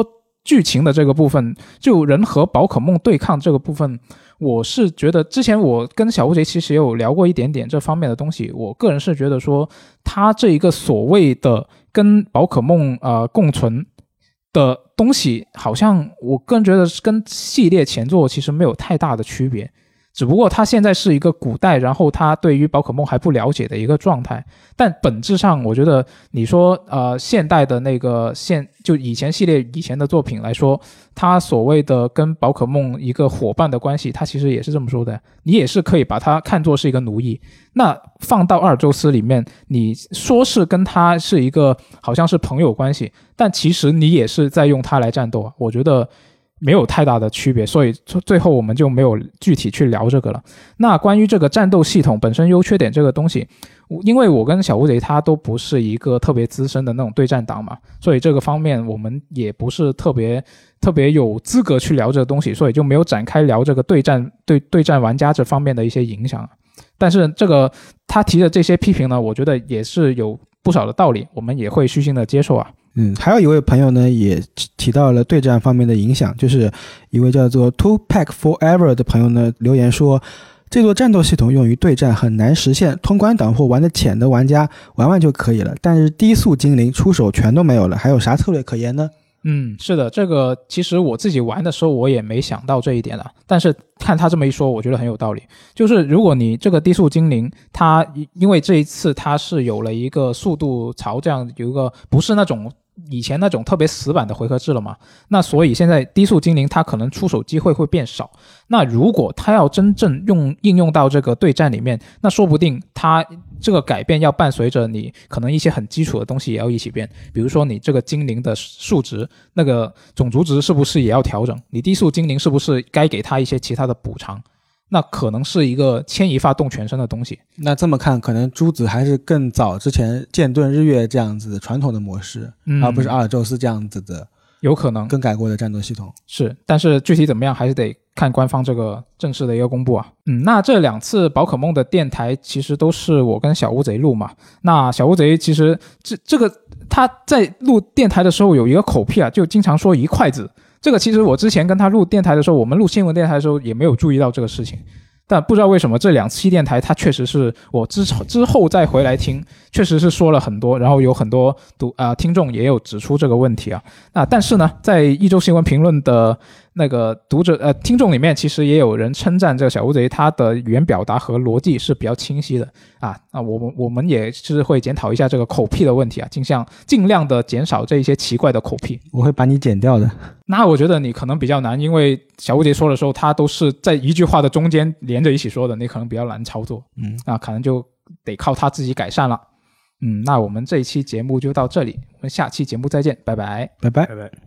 剧情的这个部分，就人和宝可梦对抗这个部分，我是觉得之前我跟小乌贼其实也有聊过一点点这方面的东西，我个人是觉得说它这一个所谓的跟宝可梦呃共存的东西，好像我个人觉得跟系列前作其实没有太大的区别，只不过它现在是一个古代，然后它对于宝可梦还不了解的一个状态。但本质上我觉得你说呃现代的那个现就以前系列以前的作品来说，它所谓的跟宝可梦一个伙伴的关系，它其实也是这么说的，你也是可以把它看作是一个奴役。那放到阿尔宙斯里面，你说是跟他是一个好像是朋友关系，但其实你也是在用它来战斗啊，我觉得没有太大的区别，所以最后我们就没有具体去聊这个了。那关于这个战斗系统本身优缺点这个东西，因为我跟小乌贼他都不是一个特别资深的那种对战党嘛，所以这个方面我们也不是特别特别有资格去聊这个东西，所以就没有展开聊这个对战对对战玩家这方面的一些影响。但是这个他提的这些批评呢，我觉得也是有不少的道理，我们也会虚心的接受啊。 嗯，还有一位朋友呢也提到了对战方面的影响，就是一位叫做 Two Pack Forever 的朋友呢留言说，这座战斗系统用于对战很难实现，通关党或玩得浅的玩家玩玩就可以了，但是低速精灵出手全都没有了，还有啥策略可言呢？ 嗯，是的，这个其实我自己玩的时候我也没想到这一点啊，但是看他这么一说，我觉得很有道理。就是如果你这个低速精灵，它因为这一次它是有了一个速度槽，这样有一个不是那种以前那种特别死板的回合制了嘛，那所以现在低速精灵它可能出手机会会变少。那如果它要真正用应用到这个对战里面，那说不定它这个改变要伴随着你可能一些很基础的东西也要一起变，比如说你这个精灵的数值，那个种族值是不是也要调整，你低速精灵是不是该给它一些其他的补偿，那可能是一个牵一发动全身的东西。 那这么看，可能朱子还是更早之前剑盾日月这样子的传统的模式、嗯、而不是阿尔宙斯这样子的有可能更改过的战斗系统。 是，但是具体怎么样还是得看官方这个正式的一个公布啊。嗯，那这两次宝可梦的电台其实都是我跟小乌贼录嘛。那小乌贼其实这这个他在录电台的时候有一个口癖啊，就经常说一筷子。这个其实我之前跟他录电台的时候，我们录新闻电台的时候也没有注意到这个事情。但不知道为什么这两期电台它确实是我之之后再回来听，确实是说了很多，然后有很多读啊、呃、听众也有指出这个问题啊。那但是呢，在一周新闻评论的那个读者呃听众里面，其实也有人称赞这个小乌贼他的语言表达和逻辑是比较清晰的啊。那我们我们也是会检讨一下这个口癖的问题啊，尽量尽量的减少这一些奇怪的口癖。 我会把你剪掉的。 那我觉得你可能比较难，因为小乌贼说的时候，他都是在一句话的中间连着一起说的，你可能比较难操作。嗯，那可能就得靠他自己改善了。嗯，那我们这一期节目就到这里，我们下期节目再见，拜拜， 拜拜， 拜拜。